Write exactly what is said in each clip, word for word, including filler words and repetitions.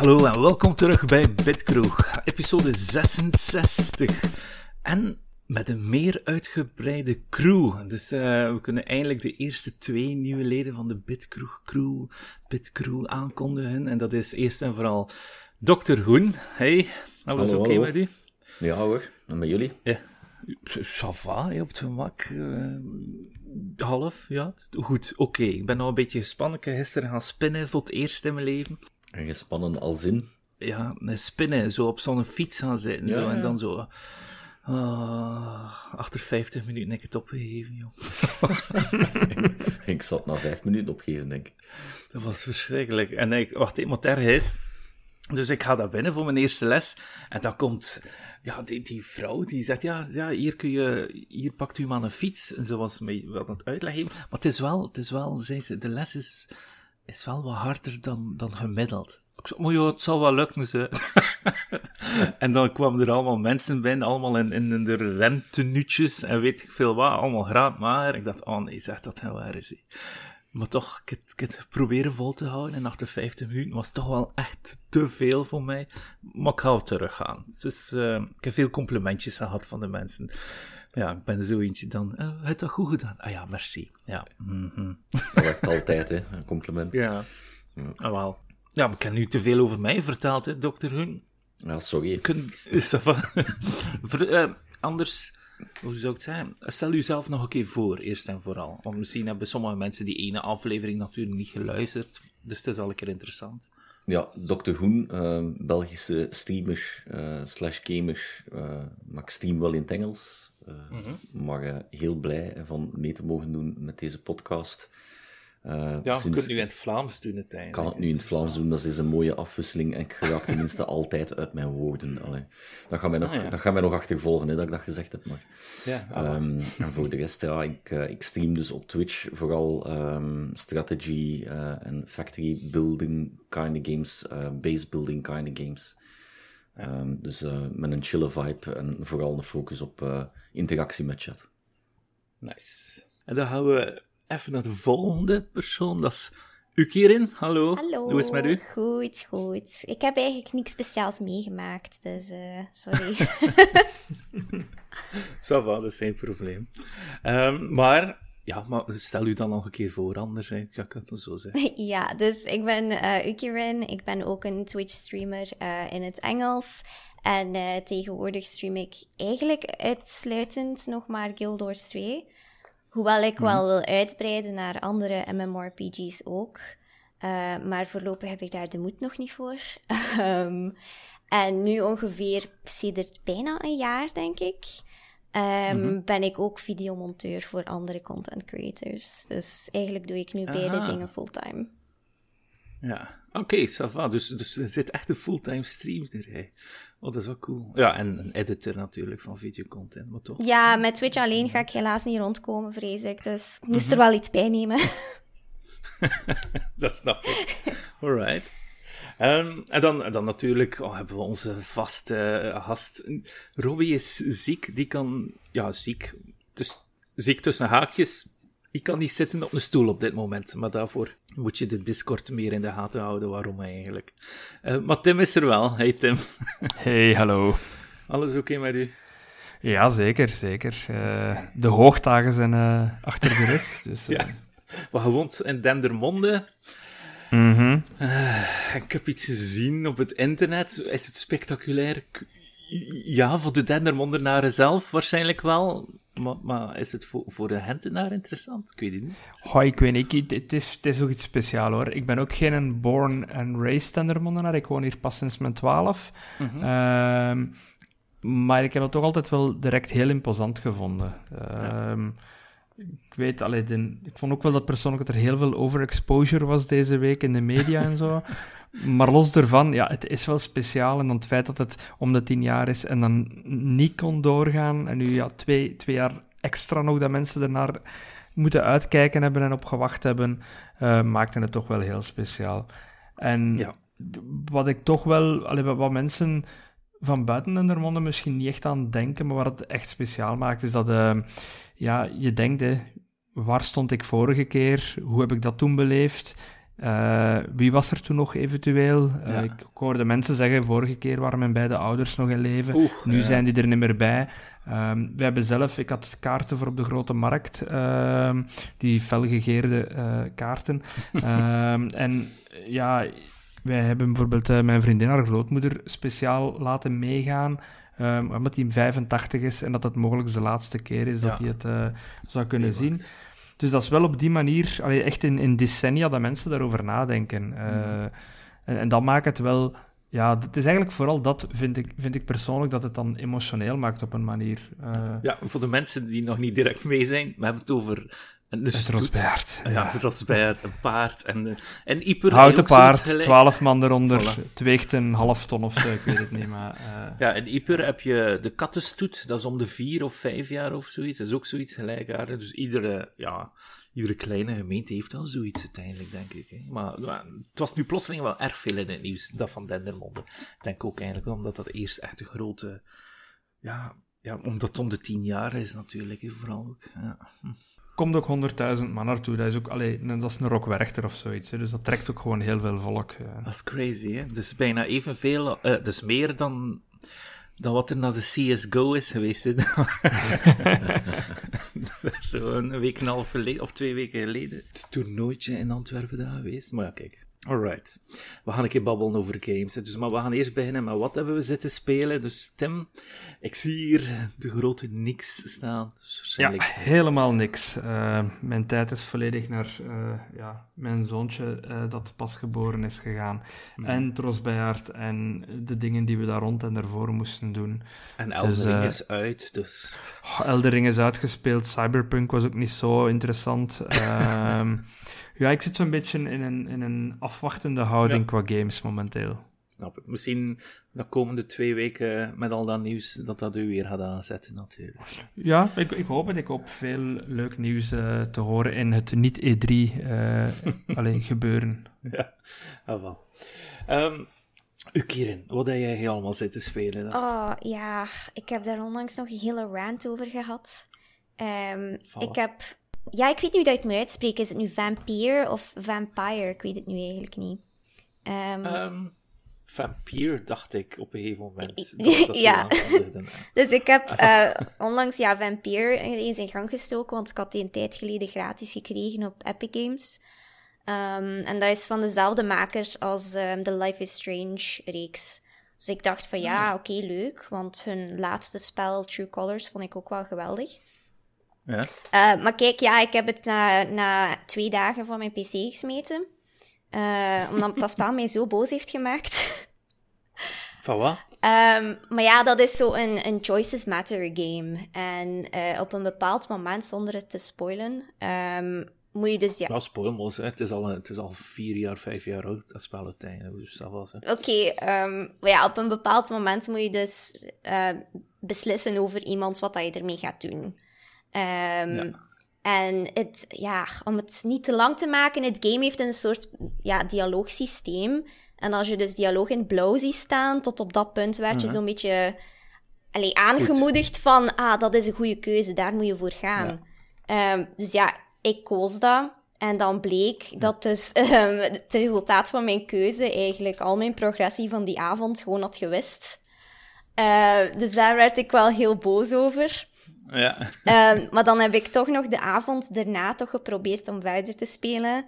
Hallo en welkom terug bij Bitkroeg, episode zesenzestig. En met een meer uitgebreide crew. Dus uh, we kunnen eindelijk de eerste twee nieuwe leden van de Bitkroeg crew, Bitkroeg aankondigen. En dat is eerst en vooral dokter Hoen. Hey, alles oké okay met u? Ja hoor, en met jullie? Ja, ça va, op het gemak. Uh, half, ja. Goed, oké. Okay. Ik ben nog een beetje gespannen. Ik heb gisteren gaan spinnen voor het eerst in mijn leven. En gespannen als in? Ja, spinnen, zo op zo'n fiets gaan zitten, ja, zo, en ja. dan zo... Uh, achter vijftig minuten heb ik het opgegeven, joh. Ik zat na vijf minuten opgeven, denk ik. Dat was verschrikkelijk. En ik, wacht even, wat erg is... Dus ik ga daar binnen voor mijn eerste les. En dan komt ja, die, die vrouw, die zegt, ja, ja hier, kun je, hier pakt u maar een fiets. En ze was mij wel aan het uitleggen. Maar het is wel, het is wel, zei ze, de les is, is wel wat harder dan, dan gemiddeld. Ik zei, maar joh, het zal wel lukken, ze. En dan kwamen er allemaal mensen binnen, allemaal in, in de rentenuutjes en weet ik veel wat, allemaal graadmager. Ik dacht, oh nee, zeg dat heel waar is. Maar toch, ik heb, ik heb het proberen vol te houden en achter vijftig minuten was het toch wel echt te veel voor mij. Maar ik ga wel teruggaan. Dus uh, ik heb veel complimentjes gehad van de mensen. Ja, ik ben zo eentje dan, uh, heb je dat goed gedaan? Ah ja, merci. Ja, mm-hmm. Dat werkt altijd, hè, een compliment. Ja, ja. Ah, wel. Ja, maar ik heb nu te veel over mij verteld, hè, dokter Hoen. Ja, sorry. Kun, is dat van... uh, anders... Hoe zou ik het zeggen? Stel u zelf nog een keer voor, eerst en vooral. Want misschien hebben sommige mensen die ene aflevering natuurlijk niet geluisterd. Dus het is al een keer interessant. Ja, dokter Hoen, uh, Belgische streamer, uh, slash gamer. Uh, maar ik stream wel in het Engels. Uh, mm-hmm. Maar uh, heel blij van mee te mogen doen met deze podcast. Uh, ja, sinds... je kunt het nu in het Vlaams doen uiteindelijk. Ik kan het nu in het Vlaams doen, dat is een mooie afwisseling en ik raak tenminste altijd uit mijn woorden. Allee. Dat gaat mij nog, ah, ja. dat gaat mij nog achtervolgen, hè, dat ik dat gezegd heb. Maar. Ja, um, en voor de rest, ja, ik, uh, ik stream dus op Twitch vooral um, strategy uh, en factory building kind of games, uh, base building kind of games. Um, dus uh, met een chille vibe en vooral een focus op uh, interactie met chat. Nice. En dan gaan we... Even naar de volgende persoon, dat is Ukirin. Hallo. Hallo. Hoe is het met u? Goed, goed. Ik heb eigenlijk niks speciaals meegemaakt, dus uh, sorry. Ça va, dat is geen probleem. Um, maar, ja, maar stel u dan nog een keer voor, anders hè. Ga ik het zo zeggen. Ja, dus ik ben uh, Ukirin. Ik ben ook een Twitch-streamer uh, in het Engels. En uh, tegenwoordig stream ik eigenlijk uitsluitend nog maar Guild Wars twee. Hoewel ik wel wil uitbreiden naar andere MMORPG's ook. Uh, maar voorlopig heb ik daar de moed nog niet voor. um, en nu ongeveer, sedert bijna een jaar, denk ik, um, mm-hmm. ben ik ook videomonteur voor andere content creators. Dus eigenlijk doe ik nu Aha. beide dingen fulltime. Ja, oké, okay, ça va. Dus, dus er zit echt een fulltime stream erbij. Oh, dat is wel cool. Ja, en een editor natuurlijk van videocontent, maar toch? Ja, met Twitch alleen ga ik helaas niet rondkomen, vrees ik. Dus ik moest mm-hmm. er wel iets bij nemen. Dat snap ik. Alright. Um, en dan, dan natuurlijk oh, hebben we onze vaste uh, gast. Robbie is ziek. Die kan... Ja, ziek. Dus, ziek tussen haakjes. Ik kan niet zitten op een stoel op dit moment, maar daarvoor moet je de Discord meer in de gaten houden, waarom eigenlijk. Uh, maar Tim is er wel. Hey Tim. Hey, hallo. Alles oké okay met u? Ja, zeker, zeker. Uh, de hoogdagen zijn uh, achter de rug. Dus, uh... ja, we woont in Dendermonde. Mm-hmm. Uh, ik heb iets gezien op het internet. Is het spectaculair? Ja, voor de Dendermondenaren zelf waarschijnlijk wel. Maar, maar is het voor, voor de Hentenaar interessant? Ik weet het niet. Goh, ik weet niet. Het is, het is ook iets speciaals, hoor. Ik ben ook geen born and raised Dendermondenaar. Ik woon hier pas sinds mijn twaalf. Mm-hmm. Uh, maar ik heb het toch altijd wel direct heel imposant gevonden. Uh, ja. Ik weet, allee, de, ik vond ook wel dat persoonlijk dat er heel veel overexposure was deze week in de media en zo. Maar los daarvan, ja, het is wel speciaal. En dan het feit dat het om de tien jaar is en dan niet kon doorgaan. En nu ja, twee, twee jaar extra nog dat mensen ernaar moeten uitkijken hebben en op gewacht hebben, uh, maakte het toch wel heel speciaal. En ja. wat ik toch wel, allee, wat mensen van buiten Dendermonde misschien niet echt aan denken, maar wat het echt speciaal maakt, is dat uh, ja, je denkt, hè, waar stond ik vorige keer? Hoe heb ik dat toen beleefd? Uh, wie was er toen nog eventueel? Uh, Ja. ik, ik hoorde mensen zeggen, vorige keer waren mijn beide ouders nog in leven. Oeh, nu ja. zijn die er niet meer bij. Um, we hebben zelf, ik had kaarten voor op de Grote Markt, um, die felgegeerde uh, kaarten. um, en ja, wij hebben bijvoorbeeld uh, mijn vriendin, haar grootmoeder, speciaal laten meegaan. Um, omdat hij vijfentachtig is en dat het mogelijk de laatste keer is Ja. dat hij het uh, zou kunnen Nee, zien. Dus dat is wel op die manier, allee, echt in, in decennia, dat mensen daarover nadenken. Uh, mm. en, en dat maakt het wel... Ja, het is eigenlijk vooral dat, vind ik, vind ik persoonlijk, dat het dan emotioneel maakt op een manier. Uh, ja, voor de mensen die nog niet direct mee zijn, we hebben het over... Een het Rosbeert. Ja, het Rosbeert, een paard en een Ieper. Houten paard, twaalf man eronder, voilà. Het weegt een half ton of zo, ik weet het niet, maar... Uh... Ja, in Ieper heb je de kattenstoet, dat is om de vier of vijf jaar of zoiets, dat is ook zoiets gelijkaardig. Dus iedere, ja, iedere kleine gemeente heeft wel zoiets uiteindelijk, denk ik. Hè. Maar ja, het was nu plotseling wel erg veel in het nieuws, dat van Dendermonde. Ik denk ook eigenlijk omdat dat eerst echt een grote... Ja, ja omdat het om de tien jaar is natuurlijk, hè, vooral ook. Ja. Hm. Komt ook honderdduizend man naartoe. Dat is ook, allee, dat is een Rock Werchter of zoiets. Hè. Dus dat trekt ook gewoon heel veel volk. Uh. Dat is crazy, hè? Dus bijna evenveel, uh, dus meer dan, dan wat er naar de C S G O is geweest. Hè? Zo een week en een half geleden, of twee weken geleden, het toernooitje in Antwerpen daar geweest. Maar ja, kijk. Alright. We gaan een keer babbelen over games. Hè. Dus, maar we gaan eerst beginnen met wat hebben we zitten spelen. Dus Tim, ik zie hier de grote niks staan. Dus waarschijnlijk... Ja, helemaal niks. Uh, mijn tijd is volledig naar uh, ja, mijn zoontje uh, dat pas geboren is gegaan. Mm. En Trosbejaard en de dingen die we daar rond en daarvoor moesten doen. En Elden dus, Ring uh, is uit, dus... Oh, Elden Ring is uitgespeeld. Cyberpunk was ook niet zo interessant. Uh, Ja, ik zit zo'n beetje in een, in een afwachtende houding ja. qua games momenteel. Snap ik. Misschien de komende twee weken met al dat nieuws dat dat u weer gaat aanzetten, natuurlijk. Ja, ik, ik hoop het. Ik hoop veel leuk nieuws uh, te horen in het niet E drie uh, alleen gebeuren. Ja, ah, wel. Um, Ukirin, wat heb jij allemaal zitten spelen dan? Oh, ja. Ik heb daar onlangs nog een hele rant over gehad. Um, ik heb... Ja, ik weet niet hoe dat je het moet uitspreken. Is het nu Vampire of Vampire? Ik weet het nu eigenlijk niet. Um, um, Vampire, dacht ik op een gegeven moment. Dat, dat ja. Dus ik heb uh, onlangs ja, Vampire eens in gang gestoken, want ik had die een tijd geleden gratis gekregen op Epic Games. Um, en dat is van dezelfde makers als um, de Life is Strange-reeks. Dus ik dacht van ja, oké, okay, leuk. Want hun laatste spel, True Colors, vond ik ook wel geweldig. Ja. Uh, maar kijk, ja, ik heb het na, na twee dagen van mijn pc gesmeten. Uh, omdat dat spel mij zo boos heeft gemaakt. Van wat? Um, maar ja, dat is zo een, een Choices Matter game. En uh, op een bepaald moment, zonder het te spoilen, um, moet je dus... Ja, nou, spoilmos, hè. Het is al, het is al vier jaar, vijf jaar oud, dat spel uiteindelijk. Dus dat was, Oké, okay, um, maar ja, op een bepaald moment moet je dus uh, beslissen over iemand wat dat je ermee gaat doen. Um, ja. En het, ja, om het niet te lang te maken, het game heeft een soort ja, dialoogsysteem. En als je dus dialoog in blauw ziet staan, tot op dat punt werd je uh-huh. zo'n beetje allee, aangemoedigd Goed. van, ah, dat is een goede keuze, daar moet je voor gaan. Ja. Um, dus ja, ik koos dat. En dan bleek ja. dat dus um, het resultaat van mijn keuze eigenlijk al mijn progressie van die avond gewoon had gewist. Uh, dus daar werd ik wel heel boos over. Ja. Um, maar dan heb ik toch nog de avond daarna toch geprobeerd om verder te spelen.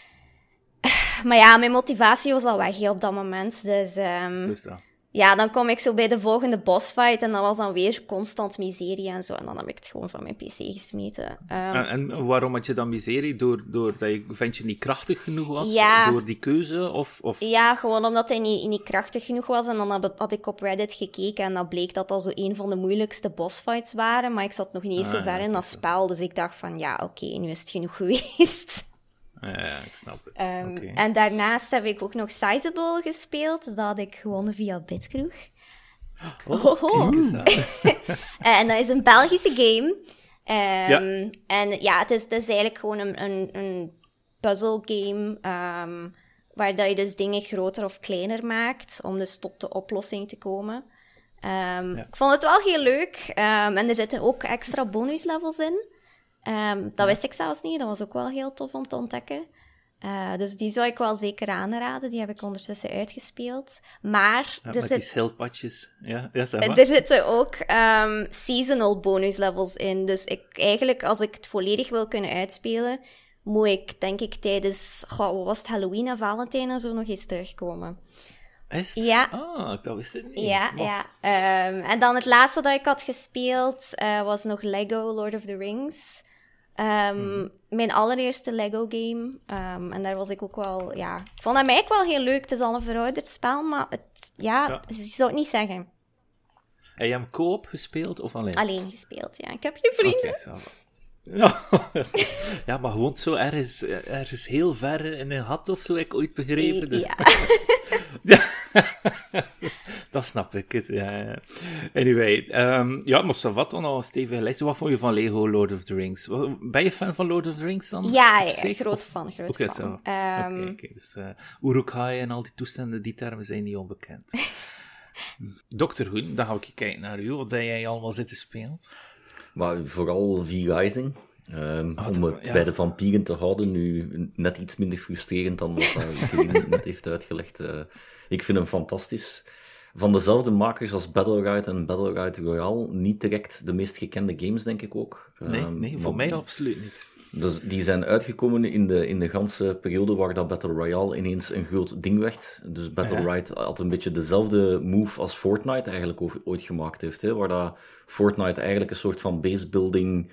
Maar ja, mijn motivatie was al weg op dat moment. Dus um, dus dat. ja, dan kom ik zo bij de volgende bossfight en dat was dan weer constant miserie en zo. En dan heb ik het gewoon van mijn pc gesmeten. Um, en, en waarom had je dan miserie? Door, door dat je vind je niet krachtig genoeg was? Ja. Door die keuze? Of, of... Ja, gewoon omdat hij niet, niet krachtig genoeg was. En dan had, had ik op Reddit gekeken en dat bleek dat dat zo een van de moeilijkste bossfights waren. Maar ik zat nog niet eens ah, zo ver ja, in dat spel. Dus ik dacht van, ja, oké, okay, nu is het genoeg geweest. Ja, ja, ik snap het. Um, okay. En daarnaast heb ik ook nog Sizable gespeeld. Dus dat had ik gewonnen via Bitkroeg. Oh, oh, oh. En dat is een Belgische game. Um, ja. En ja, het is, het is eigenlijk gewoon een, een, een puzzle game. Um, waar dat je dus dingen groter of kleiner maakt. Om dus tot de oplossing te komen. Um, ja. Ik vond het wel heel leuk. Um, en er zitten ook extra bonuslevels in. Um, dat wist ik zelfs niet. Dat was ook wel heel tof om te ontdekken. Uh, dus die zou ik wel zeker aanraden. Die heb ik ondertussen uitgespeeld. Maar ja, er, met zit... die schildpadjes. Ja, ja, zeg maar. er zitten ook um, seasonal bonus levels in. Dus ik, eigenlijk, als ik het volledig wil kunnen uitspelen, moet ik, denk ik, tijdens goh, wat was het, Halloween en Valentijn en zo nog eens terugkomen. Is het? Ja. Ah, dat wist ik niet. Ja, Wow. ja. Um, en dan het laatste dat ik had gespeeld uh, was nog Lego Lord of the Rings. Um, hmm. Mijn allereerste Lego-game. Um, en daar was ik ook wel, ja... Ik vond hem eigenlijk wel heel leuk. Het is al een verouderd spel, maar het, ja, ja. Dus ik zou het niet zeggen. Heb je hem co-op gespeeld of alleen? Alleen gespeeld, ja. Ik heb geen vrienden. Okay, so. Ja. Ja, maar gewoon zo ergens, ergens heel ver in een gat of zo, heb ik ooit begrepen. Dus... Ja. Ja. Dat snap ik. Het, ja. Anyway, um, ja, maar ça va toch nog een stevige lijst. Wat vond je van Lego Lord of the Rings? Ben je fan van Lord of the Rings dan? Ja, ja groot fan, groot okay, fan. Oké, um... okay, okay. Dus uh, Uruk-hai en al die toestanden, die termen zijn niet onbekend. dokter Hoen, dan ga ik kijken naar u. Wat heb jij allemaal zitten spelen? Maar vooral V-Rising. Um, oh, om het ja. bij de vampieren te houden, nu net iets minder frustrerend dan wat uh, net heeft uitgelegd. Uh, ik vind hem fantastisch. Van dezelfde makers als Battleground en Battleground Royale, niet direct de meest gekende games, denk ik ook. Nee, um, nee voor mij absoluut niet. Dus die zijn uitgekomen in de, in de ganse periode waar dat Battle Royale ineens een groot ding werd. Dus Battle ja. Royale had een beetje dezelfde move als Fortnite eigenlijk ooit gemaakt heeft. Hè, waar dat Fortnite eigenlijk een soort van basebuilding...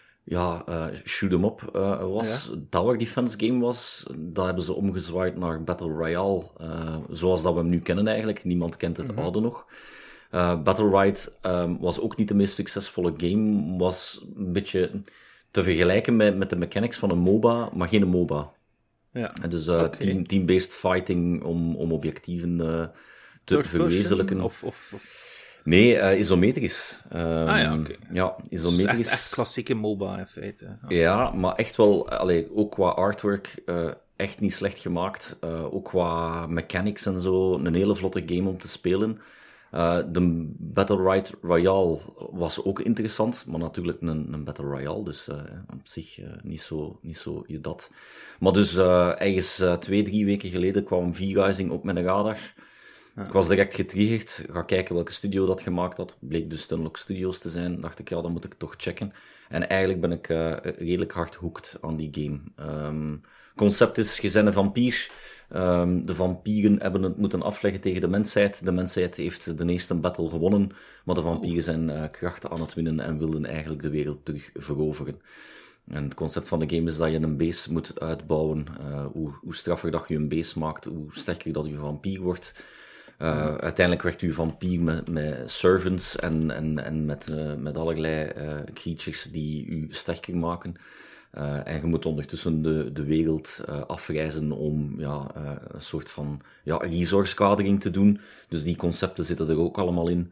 ja, uh, shoot-em-up uh, was, ja. Tower Defense game was. Dat hebben ze omgezwaaid naar Battle Royale, uh, zoals dat we hem nu kennen eigenlijk. Niemand kent het mm-hmm. oude nog. Uh, Battle Royale um, was ook niet de meest succesvolle game, was een beetje te vergelijken met, met de mechanics van een MOBA, maar geen MOBA. Ja. En dus uh, okay. team, team-based fighting om, om objectieven uh, te Third verwezenlijken. Of... of, of... Nee, uh, isometrisch. Um, ah ja, oké. Okay. Ja, isometrisch. Dus echt, echt klassieke MOBA in feite. Okay. Ja, maar echt wel, allee, ook qua artwork, uh, echt niet slecht gemaakt. Uh, ook qua mechanics en zo, een hele vlotte game om te spelen. Uh, de Battle Royale was ook interessant, maar natuurlijk een, een Battle Royale, dus uh, op zich uh, niet zo, niet zo is dat. Maar dus uh, ergens uh, twee, drie weken geleden kwam V-Rising op mijn radar. Ja. Ik was direct getriggerd, ga kijken welke studio dat gemaakt had. Bleek dus Tunlock Studios te zijn. Dacht ik, ja, dan moet ik toch checken. En eigenlijk ben ik uh, redelijk hard hooked aan die game. Um, concept is, je bent een vampier. Um, de vampieren hebben het moeten afleggen tegen de mensheid. De mensheid heeft de eerste battle gewonnen, maar de vampieren zijn uh, krachten aan het winnen en wilden eigenlijk de wereld terug veroveren. En het concept van de game is dat je een base moet uitbouwen. Uh, hoe, hoe straffer dat je een base maakt, hoe sterker dat je vampier wordt. Uh, uiteindelijk werd u vampier met, met servants en, en, en met, uh, met allerlei uh, creatures die u sterker maken. Uh, en je moet ondertussen de, de wereld uh, afreizen om ja, uh, een soort van ja, resource gathering te doen. Dus die concepten zitten er ook allemaal in.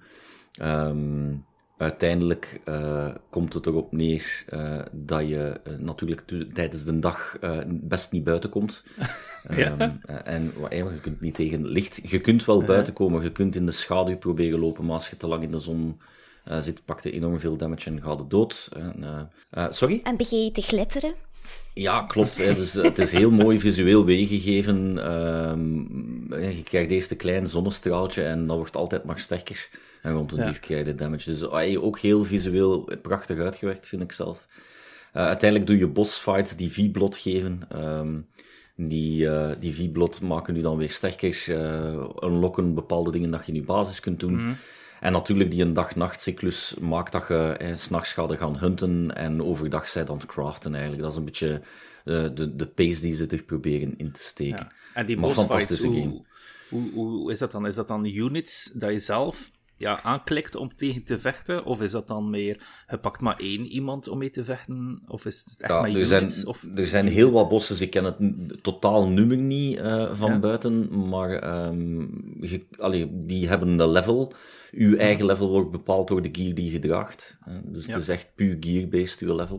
Um, uiteindelijk uh, komt het erop neer uh, dat je uh, natuurlijk t- tijdens de dag uh, best niet buiten komt. Ja. Um, en uh, je kunt niet tegen licht. Je kunt wel ja. buiten komen, je kunt in de schaduw proberen lopen, maar als je te lang in de zon uh, zit, pakt je enorm veel damage en gaat het dood. Uh, uh, uh, sorry? En begin je te glitteren? Ja, klopt. Hè. Dus, het is heel mooi visueel weergegeven. Um, je krijgt eerst een klein zonnestraaltje en dat wordt altijd maar sterker. En rond de ja. duur krijg je damage. Dus uh, ook heel visueel prachtig uitgewerkt, vind ik zelf. Uh, uiteindelijk doe je bossfights die V-blot geven. Um, die uh, die V-blot maken je dan weer sterker. Uh, unlocken bepaalde dingen dat je in je basis kunt doen. Mm. En natuurlijk die een dag-nachtcyclus maakt dat je eh, 's nachts gaat gaan hunten en overdag zij dan craften eigenlijk. Dat is een beetje uh, de, de pace die ze er proberen in te steken. Ja. En die bossfights, hoe, hoe, hoe is dat dan? Is dat dan units dat je zelf ja, aanklikt om tegen te vechten? Of is dat dan meer, je pakt maar één iemand om mee te vechten? Of is het echt ja, maar er units? Zijn, of... Er zijn heel wat bossen, ik ken het totaal nummer niet uh, van ja. buiten, maar um, je, allee, die hebben een level. Uw eigen level wordt bepaald door de gear die je draagt. Uh, dus ja. het is echt puur gear-based, uw level.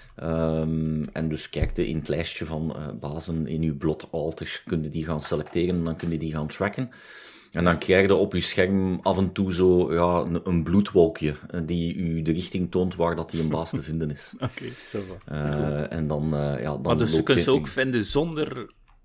Um, en dus kijk je in het lijstje van uh, bazen in uw blot alter, kun je die gaan selecteren en dan kun je die gaan tracken. En dan krijg je op je scherm af en toe zo ja, een, een bloedwolkje die u de richting toont waar dat die een baas te vinden is. Oké, okay, zo van. Uh, en dan, uh, ja, dan maar dus je kunt je, ze ook vinden zonder...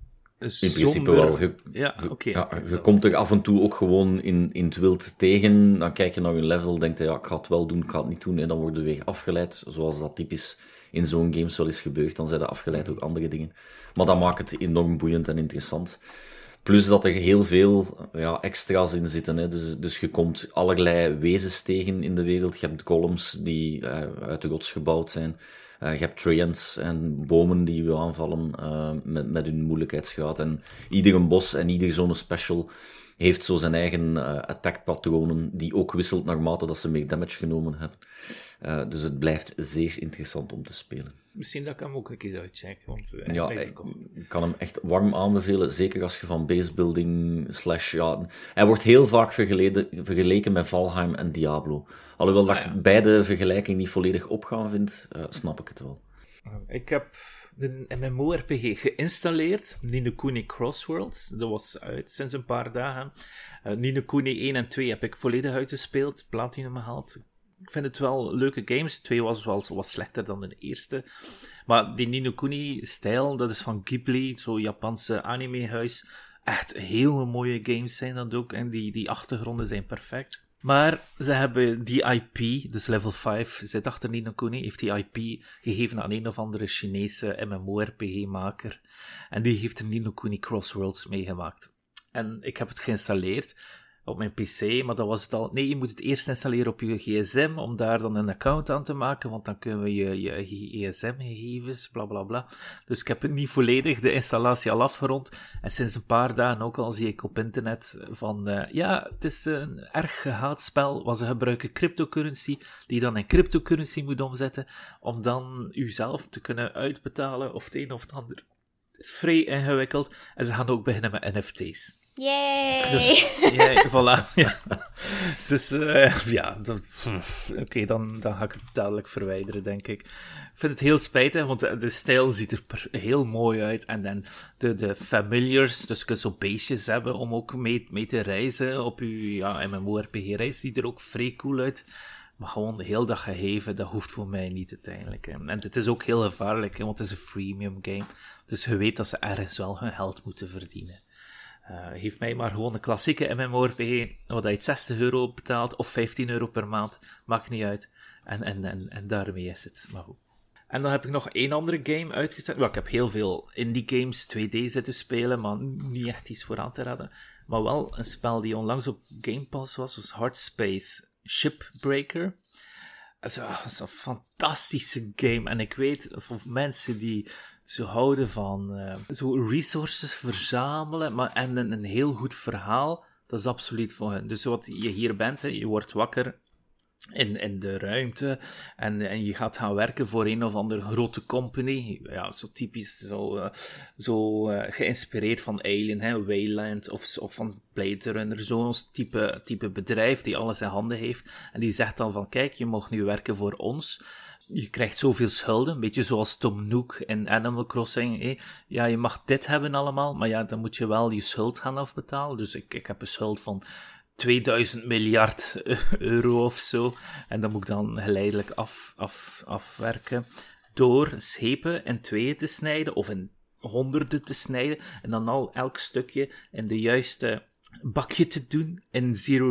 In zonder... principe wel. Je, ja, oké. Okay. Ja, je komt er af en toe ook gewoon in, in het wild tegen. Dan kijk je naar je level, denk je, ja, ik ga het wel doen, ik ga het niet doen. En dan word je weer afgeleid, zoals dat typisch in zo'n games wel eens gebeurt. Dan zijn je afgeleid door andere dingen. Maar dat maakt het enorm boeiend en interessant. Plus dat er heel veel ja, extra's in zitten. Hè. Dus, dus je komt allerlei wezens tegen in de wereld. Je hebt columns die uh, uit de rots gebouwd zijn. Uh, je hebt treants en bomen die je aanvallen uh, met, met hun moeilijkheidsgraad. En ieder bos en ieder zo'n special heeft zo zijn eigen uh, attackpatronen, die ook wisselt naarmate dat ze meer damage genomen hebben. Uh, dus het blijft zeer interessant om te spelen. Misschien dat ik hem ook een keer uitchecken. Want, uh, ja, ik, ik kan hem echt warm aanbevelen. Zeker als je van basebuilding slash... Ja, hij wordt heel vaak vergeleken, vergeleken met Valheim en Diablo. Alhoewel dat ah, ja. ik beide vergelijkingen niet volledig opgaan vind, uh, snap ik het wel. Ik heb een MMORPG geïnstalleerd, Ni no Kuni Crossworlds. Dat was uit sinds een paar dagen. Uh, Ni no Kuni één en twee heb ik volledig uitgespeeld, platinum gehaald. Ik vind het wel leuke games. twee was wel wat slechter dan de eerste. Maar die Ni no Kuni-stijl, dat is van Ghibli, zo'n Japanse animehuis. Echt hele mooie games zijn dat ook. En die, die achtergronden zijn perfect. Maar ze hebben die I P, dus level vijf, zit achter Ni no Kuni, heeft die I P gegeven aan een of andere Chinese MMORPG-maker. En die heeft er Ni no Kuni Crossworlds meegemaakt. En ik heb het geïnstalleerd op mijn pc, maar dat was het al... Nee, je moet het eerst installeren op je gsm, om daar dan een account aan te maken, want dan kunnen we je, je gsm-gegevens, bla bla bla. Dus ik heb het niet volledig, de installatie al afgerond. En sinds een paar dagen ook al zie ik op internet van... Uh, ja, het is een erg gehaat spel, want ze gebruiken cryptocurrency, die dan in cryptocurrency moet omzetten, om dan uzelf te kunnen uitbetalen, of het een of het ander. Het is vrij ingewikkeld. En ze gaan ook beginnen met N F T's. Yay! Dus, yeah, voilà. Ja. Dus, uh, ja, oké, okay, dan, dan ga ik het dadelijk verwijderen, denk ik. Ik vind het heel spijtig, want de, de stijl ziet er per, heel mooi uit. En dan de, de familiars, dus je kunt zo beestjes hebben om ook mee, mee te reizen op je ja, MMORPG-reis. Ziet er ook vrij cool uit. Maar gewoon de hele dag geheven, dat hoeft voor mij niet uiteindelijk. En het is ook heel gevaarlijk, want het is een freemium game. Dus je weet dat ze ergens wel hun geld moeten verdienen. Uh, geef mij maar gewoon een klassieke MMORPG, waar je zestig euro betaalt, of vijftien euro per maand, maakt niet uit. En, en, en, en daarmee is het. Maar goed. En dan heb ik nog één andere game uitgezet. Well, ik heb heel veel indie games twee D zitten spelen, maar niet echt iets voor aan te raden. Maar wel een spel die onlangs op Game Pass was, was Hardspace Shipbreaker. Dat is, dat is een fantastische game. En ik weet, voor mensen die zo houden van uh, zo resources verzamelen, maar en een, een heel goed verhaal, dat is absoluut voor hen. Dus wat je hier bent, hè, je wordt wakker in, in de ruimte en, en je gaat gaan werken voor een of andere grote company. Ja, zo typisch, zo, uh, zo uh, geïnspireerd van Alien, hè, Wayland of, of van Blade Runner. Zo'n type, type bedrijf die alles in handen heeft. En die zegt dan van, kijk, je mag nu werken voor ons. Je krijgt zoveel schulden, een beetje zoals Tom Nook in Animal Crossing. Eh? Ja, je mag dit hebben allemaal, maar ja, dan moet je wel je schuld gaan afbetalen. Dus ik, ik heb een schuld van tweeduizend miljard euro of zo. En dat moet ik dan geleidelijk af, af, afwerken door schepen in tweeën te snijden, of in honderden te snijden, en dan al elk stukje in de juiste bakje te doen, in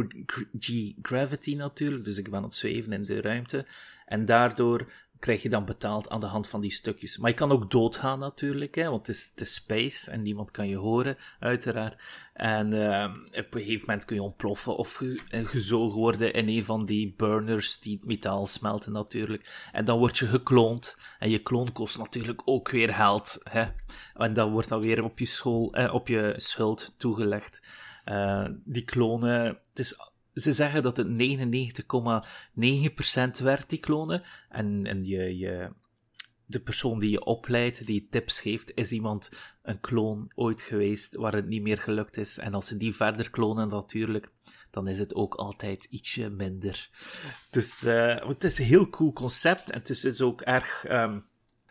zero-g gravity natuurlijk. Dus ik ben aan het zweven in de ruimte. En daardoor krijg je dan betaald aan de hand van die stukjes. Maar je kan ook doodgaan natuurlijk, hè, want het is, het is space en niemand kan je horen, uiteraard. En uh, op een gegeven moment kun je ontploffen of ge, gezogen worden in een van die burners die metaal smelten natuurlijk. En dan word je gekloond. En je kloon kost natuurlijk ook weer geld. Hè. En dat wordt dan weer op je, school, eh, op je schuld toegelegd. Uh, die klonen, het is... Ze zeggen dat het negenennegentig komma negen procent werkt, die klonen. En, en je, je, de persoon die je opleidt, die je tips geeft, is iemand, een kloon ooit geweest waar het niet meer gelukt is. En als ze die verder klonen natuurlijk, dan is het ook altijd ietsje minder. Dus uh, het is een heel cool concept. En het is dus ook erg... Um,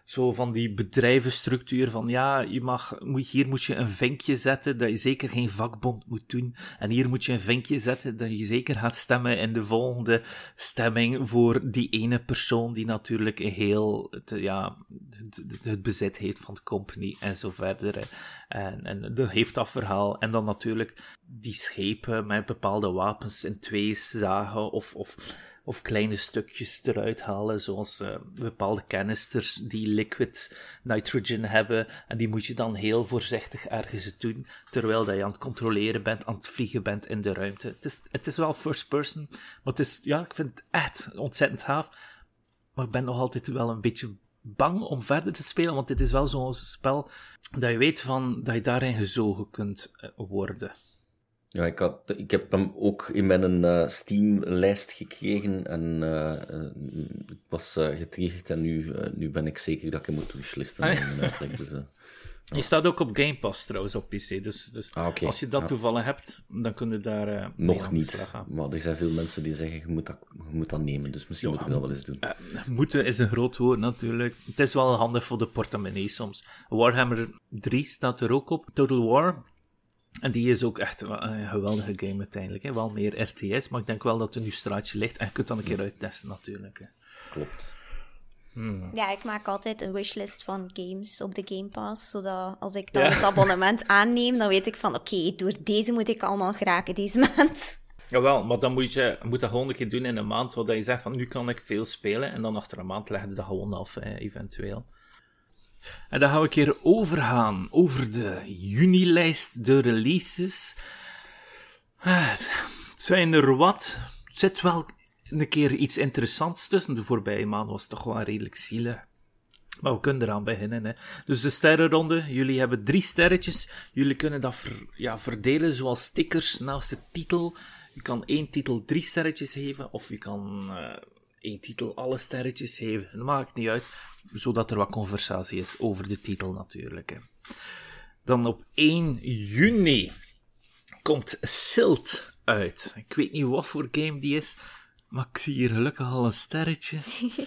zo van die bedrijvenstructuur van ja, je mag, moet, hier moet je een vinkje zetten dat je zeker geen vakbond moet doen. En hier moet je een vinkje zetten dat je zeker gaat stemmen in de volgende stemming voor die ene persoon die natuurlijk heel het, ja, het, het bezit heeft van de company en zo verder. En, en dat heeft dat verhaal. En dan natuurlijk die schepen met bepaalde wapens in twee zagen of... of Of kleine stukjes eruit halen, zoals uh, bepaalde canisters die liquid nitrogen hebben. En die moet je dan heel voorzichtig ergens doen, terwijl dat je aan het controleren bent, aan het vliegen bent in de ruimte. Het is, het is wel first person, maar het is, ja, ik vind het echt ontzettend gaaf. Maar ik ben nog altijd wel een beetje bang om verder te spelen, want dit is wel zo'n spel dat je weet van, dat je daarin gezogen kunt worden. Ja, ik, had, ik heb hem ook in mijn uh, Steam-lijst gekregen en uh, uh, ik was uh, getriggerd en nu, uh, nu ben ik zeker dat ik hem moet wishlisten. Ah, ja. Dus, uh, je staat ook op Game Pass trouwens op P C, dus, dus ah, okay. als je dat ja. toevallig hebt, dan kun je daar uh, nog niet, maar er zijn veel mensen die zeggen je moet dat, je moet dat nemen, dus misschien ja, moet ik dat wel eens doen. Uh, moeten is een groot woord natuurlijk. Het is wel handig voor de portemonnee soms. Warhammer drie staat er ook op, Total War. En die is ook echt een geweldige game uiteindelijk. Hè. Wel meer R T S, maar ik denk wel dat er nu straatje ligt. En je kunt dan een keer uittesten natuurlijk. Hè. Klopt. Hmm. Ja, ik maak altijd een wishlist van games op de Game Pass. Zodat als ik dan ja. het abonnement aanneem, dan weet ik van oké, okay, door deze moet ik allemaal geraken deze maand. Jawel, maar dan moet je moet dat gewoon een keer doen in een maand. Waar je zegt van nu kan ik veel spelen. En dan achter een maand leg je dat gewoon af, hè, eventueel. En dan gaan we een keer overgaan over de juni-lijst, de releases. Het zijn er wat. Het zit wel een keer iets interessants tussen. De voorbije maand was toch wel redelijk zielig. Maar we kunnen eraan beginnen. Hè. Dus de sterrenronde. Jullie hebben drie sterretjes. Jullie kunnen dat ver, ja, verdelen zoals stickers naast de titel. Je kan één titel drie sterretjes geven. Of je kan... Uh, één titel alle sterretjes geven. Dat maakt niet uit, zodat er wat conversatie is over de titel natuurlijk. Hè. Dan op één juni komt Silt uit. Ik weet niet wat voor game die is, maar ik zie hier gelukkig al een sterretje.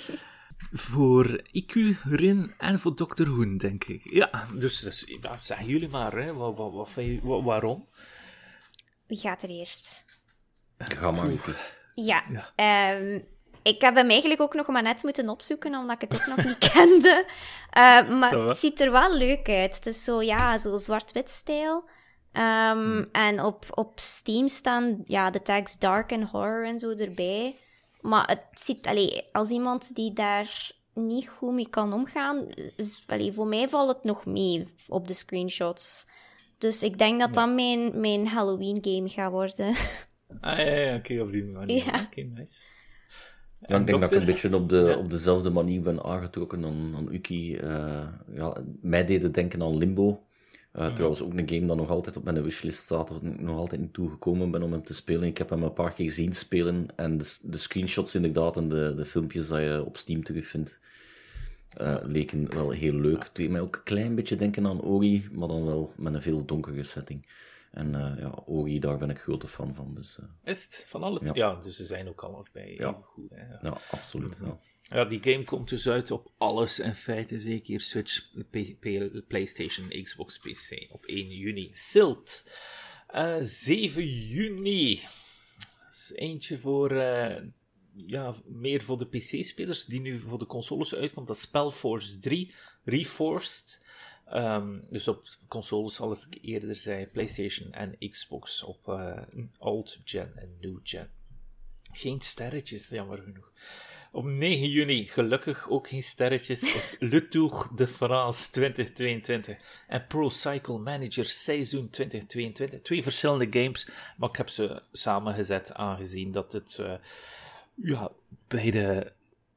Voor I Q, Rin en voor dokter Hoen, denk ik. Ja, dus, dus ja, zeggen jullie maar, hè. Wat, wat, wat, wat, waarom? Wie gaat er eerst? Ga maar, I Q. Ja, ja. Um... Ik heb hem eigenlijk ook nog maar net moeten opzoeken, omdat ik het ook nog niet kende. Uh, maar zo, het ziet er wel leuk uit. Het is zo, ja, zo zwart-wit stijl. Um, hmm. En op, op Steam staan ja, de tags dark en horror en zo erbij. Maar het ziet, allee, als iemand die daar niet goed mee kan omgaan, is, allee, voor mij valt het nog mee op de screenshots. Dus ik denk dat ja. dat mijn, mijn Halloween game gaat worden. Ah ja, ja, oké, okay, op die manier. Ja. Oké, okay, nice. Ja, ik denk dokter, dat ik een beetje op, de, ja. op dezelfde manier ben aangetrokken aan, aan Uki. Uh, ja, mij deed het denken aan Limbo. Uh, mm-hmm. Trouwens ook een game dat nog altijd op mijn wishlist staat, of ik nog altijd niet toegekomen ben om hem te spelen. Ik heb hem een paar keer zien spelen en de, de screenshots inderdaad en de, de filmpjes dat je op Steam terugvindt, uh, leken wel heel leuk. Het deed mij ook een klein beetje denken aan Ori, maar dan wel met een veel donkere setting. En uh, ja, Ori, daar ben ik grote fan van. Dus, uh... Is het? Van alle ja. ja, dus ze zijn ook allebei ja. even goed. Hè? Ja. ja, absoluut. Ja. ja, die game komt dus uit op alles in feite. Zeker Switch, P- P- PlayStation, Xbox, P C. Op één juni. Silt. Uh, zeven juni. Dat is eentje voor... Uh, ja, meer voor de P C-spelers, die nu voor de consoles uitkomt. Dat is Spellforce drie, Reforced. Um, dus op consoles, zoals ik eerder zei, PlayStation en Xbox op uh, old gen en new gen. Geen sterretjes, jammer genoeg. Op negen juni, gelukkig ook geen sterretjes, is Le Tour de France twintig tweeëntwintig en Pro Cycle Manager Seizoen twintig tweeëntwintig. Twee verschillende games, maar ik heb ze samengezet, aangezien dat het uh, ja, beide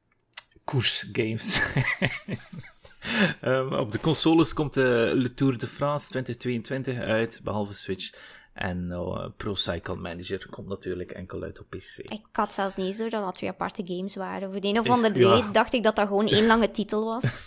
koersgames Um, op de consoles komt de Le Tour de France twintig tweeëntwintig uit, behalve Switch. En uh, Pro Cycle Manager komt natuurlijk enkel uit op P C. Ik had zelfs niet zo dat dat twee aparte games waren. Voor de een of andere ja. reden dacht ik dat dat gewoon één lange titel was.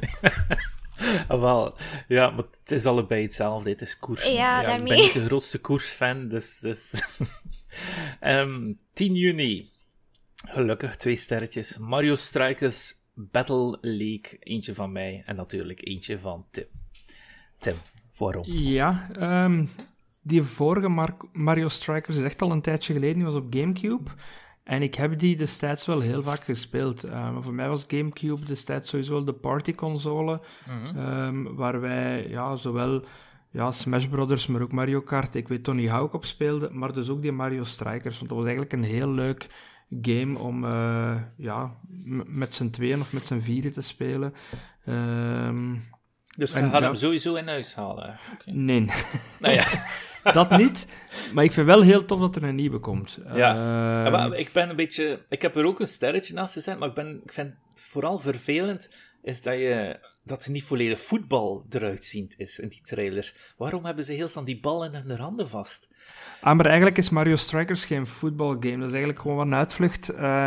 ah, wel, ja, maar het is allebei hetzelfde. Het is koers. Ja, ja, daarmee. Ik ben niet de grootste koersfan, dus... dus um, tien juni. Gelukkig, twee sterretjes. Mario Strikers Battle League, eentje van mij en natuurlijk eentje van Tim. Tim, waarom? Ja, um, die vorige Mar- Mario Strikers is echt al een tijdje geleden, die was op Gamecube. En ik heb die destijds wel heel vaak gespeeld. Um, voor mij was Gamecube destijds sowieso de partyconsole, mm-hmm. um, waar wij ja, zowel ja, Smash Brothers, maar ook Mario Kart, ik weet Tony Hawk op speelde, maar dus ook die Mario Strikers, want dat was eigenlijk een heel leuk game om uh, ja, m- met z'n tweeën of met z'n vieren te spelen. Um, dus je gaat ja, hem sowieso in huis halen? Okay. Nee. Nou ja. Dat niet, maar ik vind wel heel tof dat er een nieuwe komt. Ja, uh, maar ik ben een beetje... Ik heb er ook een sterretje naast gezet, maar ik, ben, ik vind het vooral vervelend is dat je... dat er niet volledig voetbal eruit ziet is in die trailer. Waarom hebben ze heel snel die bal in hun handen vast? Ah, maar eigenlijk is Mario Strikers geen voetbalgame. Dat is eigenlijk gewoon een uitvlucht. Uh,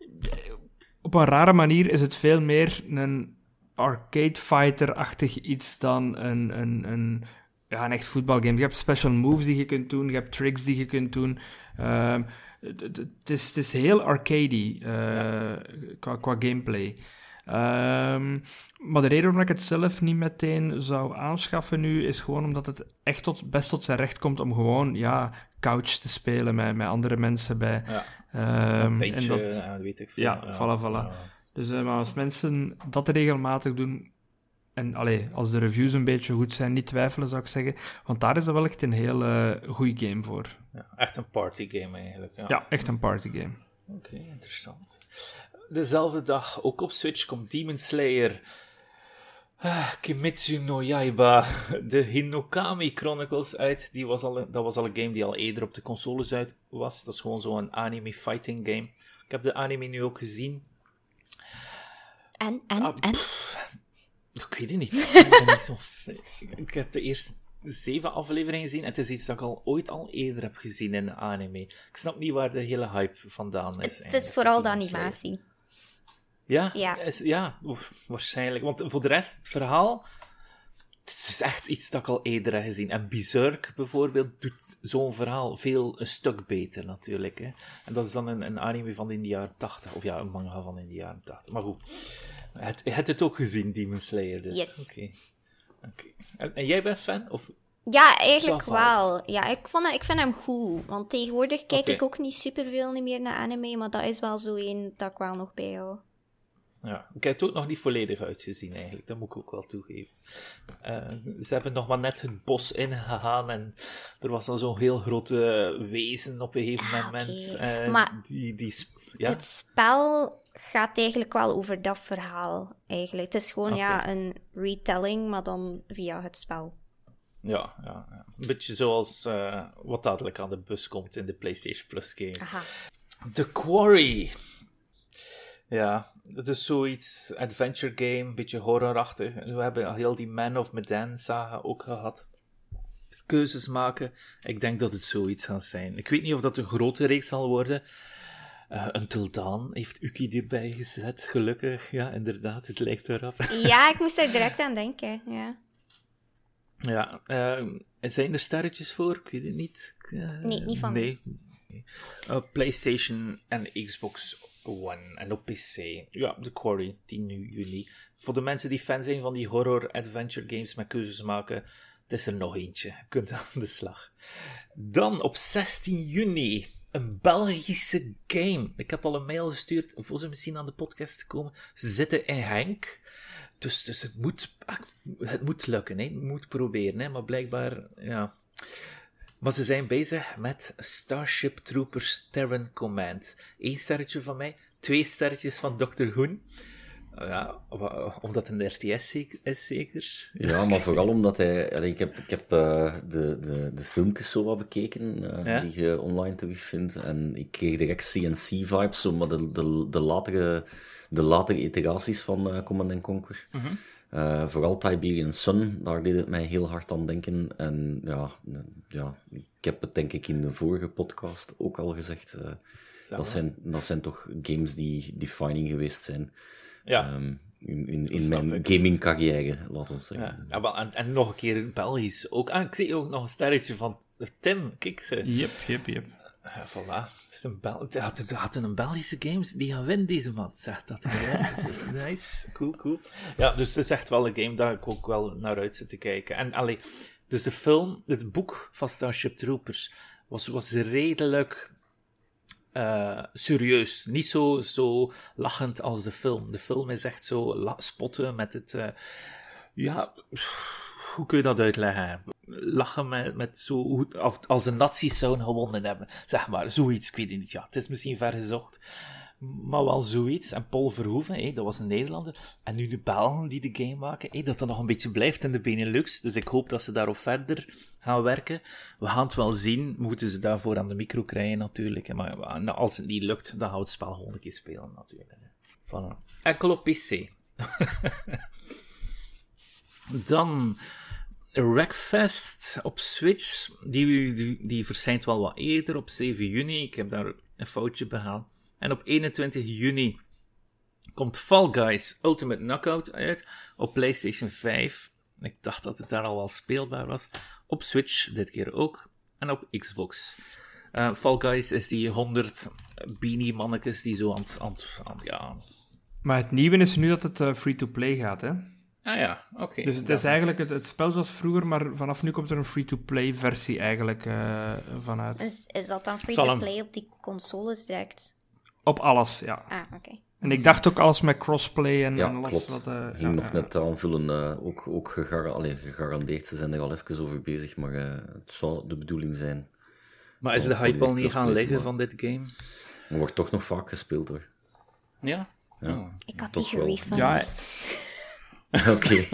op een rare manier is het veel meer een arcade fighter-achtig iets dan een... een, een Ja, een echt voetbalgame. Je hebt special moves die je kunt doen, je hebt tricks die je kunt doen. Uh, het, is, het is heel arcadey uh, ja. qua, qua gameplay. Um, maar de reden waarom ik het zelf niet meteen zou aanschaffen nu, is gewoon omdat het echt tot, best tot zijn recht komt om gewoon, ja, couch te spelen met, met andere mensen bij. Ja. Um, een beetje, en dat, ja, weet ik veel. Ja, ja. voilà, voilà. Ja. Dus uh, maar als mensen dat regelmatig doen, en allee, als de reviews een beetje goed zijn, niet twijfelen, zou ik zeggen. Want daar is dat wel echt een heel uh, goede game voor. Ja, echt een partygame eigenlijk. Ja, ja echt een partygame. Oké, okay, interessant. Dezelfde dag, ook op Switch, komt Demon Slayer. Ah, Kimetsu no Yaiba, de Hinokami Chronicles uit. Die was al een, dat was al een game die al eerder op de consoles uit was. Dat is gewoon zo'n anime fighting game. Ik heb de anime nu ook gezien. En, en, ah, en? Ik weet het niet. Ik, ben niet zo... ik heb de eerste zeven afleveringen gezien en het is iets dat ik al ooit al eerder heb gezien in de anime. Ik snap niet waar de hele hype vandaan is. Het is vooral de animatie. Ja? Ja. Is, ja, waarschijnlijk. Want voor de rest, het verhaal... Het is echt iets dat ik al eerder heb gezien. En Berserk bijvoorbeeld doet zo'n verhaal veel een stuk beter natuurlijk. Hè. En dat is dan een, een anime van in de jaren tachtig. Of ja, een manga van in de jaren tachtig. Maar goed. Het, je hebt het ook gezien, Demon Slayer, dus. Yes. Oké. Okay. Okay. En, en jij bent fan? Of... Ja, eigenlijk Safal. wel. Ja, ik, vond, ik vind hem goed. Want tegenwoordig kijk okay. ik ook niet superveel meer naar anime, maar dat is wel zo één dat ik wel nog bij hou. Ja, ik heb het ook nog niet volledig uitgezien eigenlijk, dat moet ik ook wel toegeven. Uh, ze hebben nog maar net het bos ingegaan en er was al zo'n heel grote wezen op een gegeven ah, moment. Okay. Uh, maar die, die, ja? het spel gaat eigenlijk wel over dat verhaal, eigenlijk. Het is gewoon okay. ja, een retelling, maar dan via het spel. Ja, ja, ja. Een beetje zoals uh, wat dadelijk aan de bus komt in de PlayStation Plus game. Aha. The Quarry. Ja, het is zoiets adventure game, een beetje horrorachtig. We hebben al heel die Man of Medan saga ook gehad. Keuzes maken. Ik denk dat het zoiets gaat zijn. Ik weet niet of dat een grote reeks zal worden. Uh, Until Dawn heeft Uki erbij gezet, gelukkig. Ja, inderdaad, het lijkt erop. Ja, ik moest er direct aan denken, ja. Ja, uh, zijn er sterretjes voor? Ik weet het niet. Uh, nee, niet van nee. Uh, PlayStation en Xbox One en op P C. Ja, The Quarry, tien juni. Voor de mensen die fan zijn van die horror-adventure games met keuzes maken, het is er nog eentje. Je kunt aan de slag. Dan op zestien juni, een Belgische game. Ik heb al een mail gestuurd voor ze misschien aan de podcast te komen. Ze zitten in Henk. Dus, dus het, moet, het moet lukken, hè. Het moet proberen, hè. Maar blijkbaar, ja... Maar ze zijn bezig met Starship Troopers Terran Command. Eén sterretje van mij, twee sterretjes van dokter Hoen. Ja, omdat het een R T S is, zeker. Ja, maar vooral omdat hij... Ik heb, ik heb uh, de, de, de filmpjes zo wat bekeken, uh, ja? die je online terugvindt. En ik kreeg direct C N C-vibes, zo, maar de, de, de, latere, de latere iteraties van uh, Command and Conquer. Uh-huh. Uh, vooral Tiberian Sun, daar deed het mij heel hard aan denken. En ja, ja, ik heb het denk ik in de vorige podcast ook al gezegd. Uh, dat, zijn, dat zijn toch games die defining geweest zijn. Ja. Um, in in, in mijn gaming-carrière, laten we zeggen. Ja, ja, wel, en, en nog een keer Belgisch. Ook, ah, ik zie ook nog een sterretje van Tim, kijk ze. Yep, yep, yep. Ja, voilà. Het is een Bel- het had, het had een Belgische games die gaan winnen deze maand, zegt dat. Nice, cool, cool. Ja, dus het is echt wel een game daar ik ook wel naar uit zit te kijken. En allee, dus de film, het boek van Starship Troopers was, was redelijk uh, serieus. Niet zo, zo lachend als de film. De film is echt zo la- spotten met het... Uh, ja... Hoe kun je dat uitleggen? Lachen met, met zo... Hoe, als de nazi's zouden gewonnen hebben. Zeg maar, zoiets. Ik weet het niet. Ja, het is misschien vergezocht. Maar wel zoiets. En Paul Verhoeven, hé, dat was een Nederlander. En nu de Belgen die de game maken. Hé, dat dat nog een beetje blijft in de Benelux. Dus ik hoop dat ze daarop verder gaan werken. We gaan het wel zien. Moeten ze daarvoor aan de micro krijgen natuurlijk. Maar als het niet lukt, dan gaan we het spel gewoon een keer spelen natuurlijk. Voilà. Enkel op P C. Dan... Wreckfest op Switch, die, die, die verschijnt wel wat eerder, op zeven juni. Ik heb daar een foutje behaald. En op eenentwintig juni komt Fall Guys Ultimate Knockout uit op PlayStation vijf. Ik dacht dat het daar al wel speelbaar was. Op Switch, dit keer ook. En op Xbox. Uh, Fall Guys is die honderd beanie-mannetjes die zo aan, aan, aan ja... Maar het nieuwe is nu dat het uh, free-to-play gaat, hè? Ah ja, oké. Okay. Dus het is eigenlijk, het, het spel zoals vroeger, maar vanaf nu komt er een free-to-play versie eigenlijk uh, vanuit. Is, is dat dan free-to-play op die consoles direct? Op alles, ja. Ah, oké. Okay. En ik dacht ook alles met crossplay en, ja, en alles klopt. wat... Uh, ging ja, nog ja. net aanvullen, uh, ook, ook gegar- allee, gegarandeerd, ze zijn er al even over bezig, maar uh, het zou de bedoeling zijn. Maar is de hype al niet gaan liggen van dit game? Er wordt toch nog vaak gespeeld, hoor. Ja? Ja, oh. Ik had die gerefund. Ja, Oké. Okay.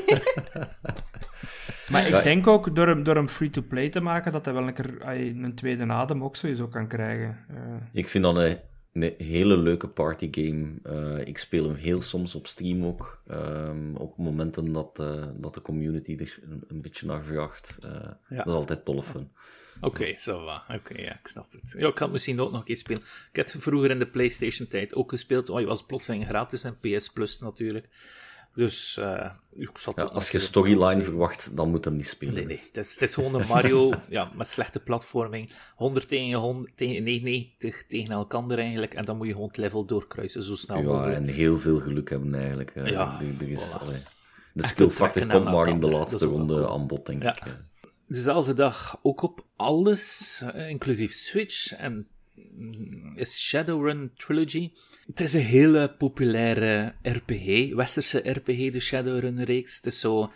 Maar ik ja. denk ook, door hem, door hem free-to-play te maken, dat hij wel een, keer, een tweede adem ook sowieso kan krijgen. Uh. Ik vind dat een, een hele leuke partygame. Uh, ik speel hem heel soms op stream ook. Um, op momenten dat, uh, dat de community er een, een beetje naar vraagt. Uh, ja. Dat is altijd tolle fun. Oké, okay, zo va. Oké, okay, ja, ik snap het. Ja, ik kan het misschien ook nog een keer spelen. Ik heb vroeger in de PlayStation-tijd ook gespeeld. Oh, je was plotseling gratis en P S Plus natuurlijk. Dus uh, ik zat ja, als je storyline verwacht, dan moet hem niet spelen. Nee, nee. Het is, het is gewoon een Mario ja, met slechte platforming. honderd tegen, honderd, tegen negenennegentig tegen elkaar eigenlijk. En dan moet je gewoon het level doorkruisen, zo snel ja, mogelijk. En heel veel geluk hebben eigenlijk. Uh, ja, er, er is, voilà. allee, de skillfactor komt maar in de laatste ronde cool. aan bod, denk ja. ik. Ja. Dezelfde dag ook op alles, uh, inclusief Switch, en mm, is Shadowrun Trilogy. Het is een hele populaire R P G, westerse R P G, de Shadowrun-reeks. Het is zo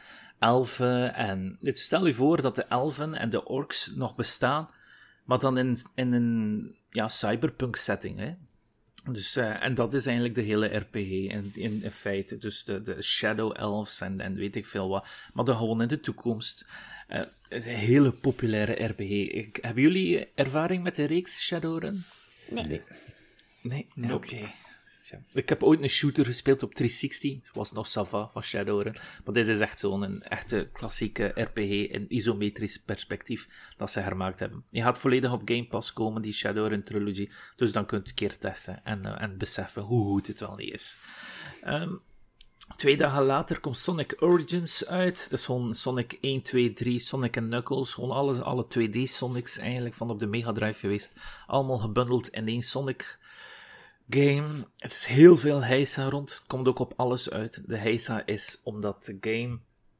elfen en... Stel je voor dat de elfen en de orks nog bestaan, maar dan in, in een ja, cyberpunk-setting, hè. Dus, uh, en dat is eigenlijk de hele R P G in, in, in feite. Dus de, de Shadow Elves en, en weet ik veel wat. Maar dan gewoon in de toekomst. Uh, het is een hele populaire R P G. Ik, hebben jullie ervaring met de reeks Shadowrun? Nee. Nee. Nee? nee. Oké. Okay. Ja. Ik heb ooit een shooter gespeeld op driehonderdzestig. Was nog Sava van Shadowrun. Maar dit is echt zo'n echte klassieke R P G in isometrisch perspectief dat ze gemaakt hebben. Je gaat volledig op Game Pass komen, die Shadowrun Trilogy. Dus dan kunt je een keer testen en, uh, en beseffen hoe goed het wel niet is. Um, Twee dagen later komt Sonic Origins uit. Dat is gewoon Sonic één, twee, drie, Sonic en Knuckles. Gewoon alle, alle twee D Sonics eigenlijk van op de Mega Drive geweest. Allemaal gebundeld in één Sonic game. Het is heel veel heisa rond. Het komt ook op alles uit. De heisa is omdat de game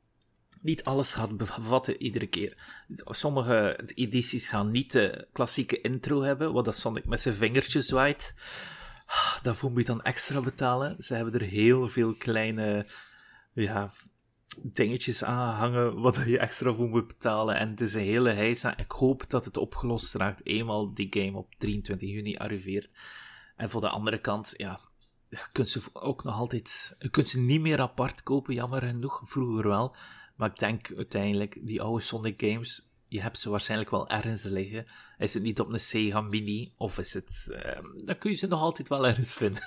niet alles gaat bevatten iedere keer. Sommige edities gaan niet de klassieke intro hebben, wat dat Sonic met zijn vingertjes zwaait. Daarvoor moet je dan extra betalen. Ze hebben er heel veel kleine ja, dingetjes aan hangen wat je extra voor moet betalen. En het is een hele heisa. Ik hoop dat het opgelost raakt eenmaal die game op drieëntwintig juni arriveert. En voor de andere kant, ja, je kunt ze ook nog altijd... Je kunt ze niet meer apart kopen, jammer genoeg. Vroeger wel. Maar ik denk uiteindelijk, die oude Sonic games... Je hebt ze waarschijnlijk wel ergens liggen. Is het niet op een Sega Mini? Of is het... Uh, dan kun je ze nog altijd wel ergens vinden.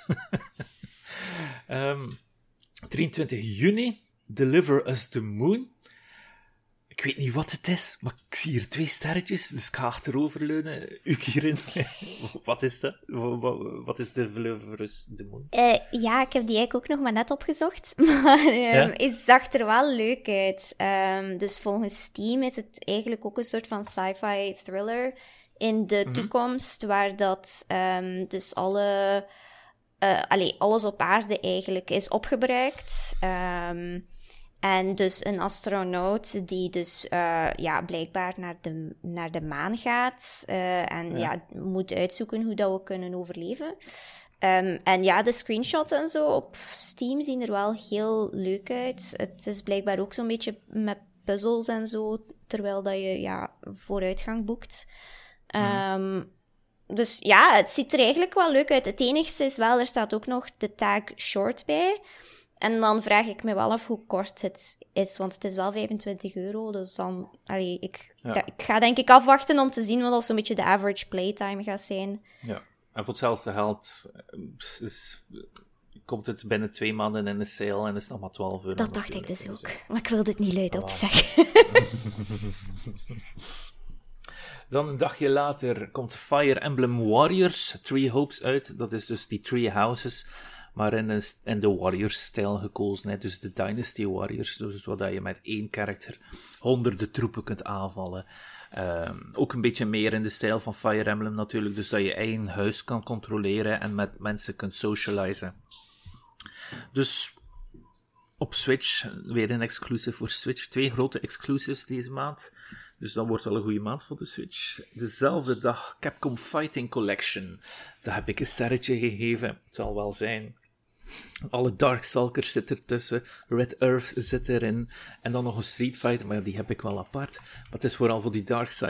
um, drieëntwintig juni. Deliver Us the Moon. Ik weet niet wat het is, maar ik zie hier twee sterretjes. Dus ik ga achteroverleunen. U hierin. Wat is dat? Wat, wat is Deliver Us the Moon? Uh, ja, ik heb die eigenlijk ook nog maar net opgezocht. Maar um, ja? Het zag er wel leuk uit. Um, dus volgens Steam is het eigenlijk ook een soort van sci-fi thriller in de mm-hmm. toekomst, waar dat um, dus alle, uh, allee, alles op aarde eigenlijk is opgebruikt. Um, en dus een astronaut die dus uh, ja, blijkbaar naar de, naar de maan gaat uh, en ja. Ja, moet uitzoeken hoe dat we kunnen overleven. Um, en ja, de screenshots en zo op Steam zien er wel heel leuk uit. Het is blijkbaar ook zo'n beetje met puzzels en zo, terwijl dat je ja, vooruitgang boekt. Um, mm. Dus ja, het ziet er eigenlijk wel leuk uit. Het enigste is wel, er staat ook nog de tag short bij. En dan vraag ik me wel af hoe kort het is, want het is wel vijfentwintig euro. Dus dan, allee, ik, ja. da, ik ga denk ik afwachten om te zien wat zo'n beetje de average playtime gaat zijn. Ja, en voor hetzelfde geld is, komt het binnen twee maanden in de sale en is het nog maar twaalf euro. Dat dacht ik dus ook, maar ik wil dit niet luid opzeggen. Dan een dagje later komt Fire Emblem Warriors Three Hopes uit. Dat is dus die Three Houses, maar in, een, in de Warriors-stijl gekozen. Hè. Dus de Dynasty Warriors, dus waar je met één karakter honderden troepen kunt aanvallen. Um, ook een beetje meer in de stijl van Fire Emblem natuurlijk, dus dat je eigen huis kan controleren en met mensen kunt socializen. Dus op Switch, weer een exclusive voor Switch. Twee grote exclusives deze maand. Dus dat wordt wel een goede maand voor de Switch. Dezelfde dag Capcom Fighting Collection. Daar heb ik een sterretje gegeven. Het zal wel zijn. Alle Darkstalkers zitten ertussen. Red Earth zit erin. En dan nog een Street Fighter, maar die heb ik wel apart. Maar het is vooral voor die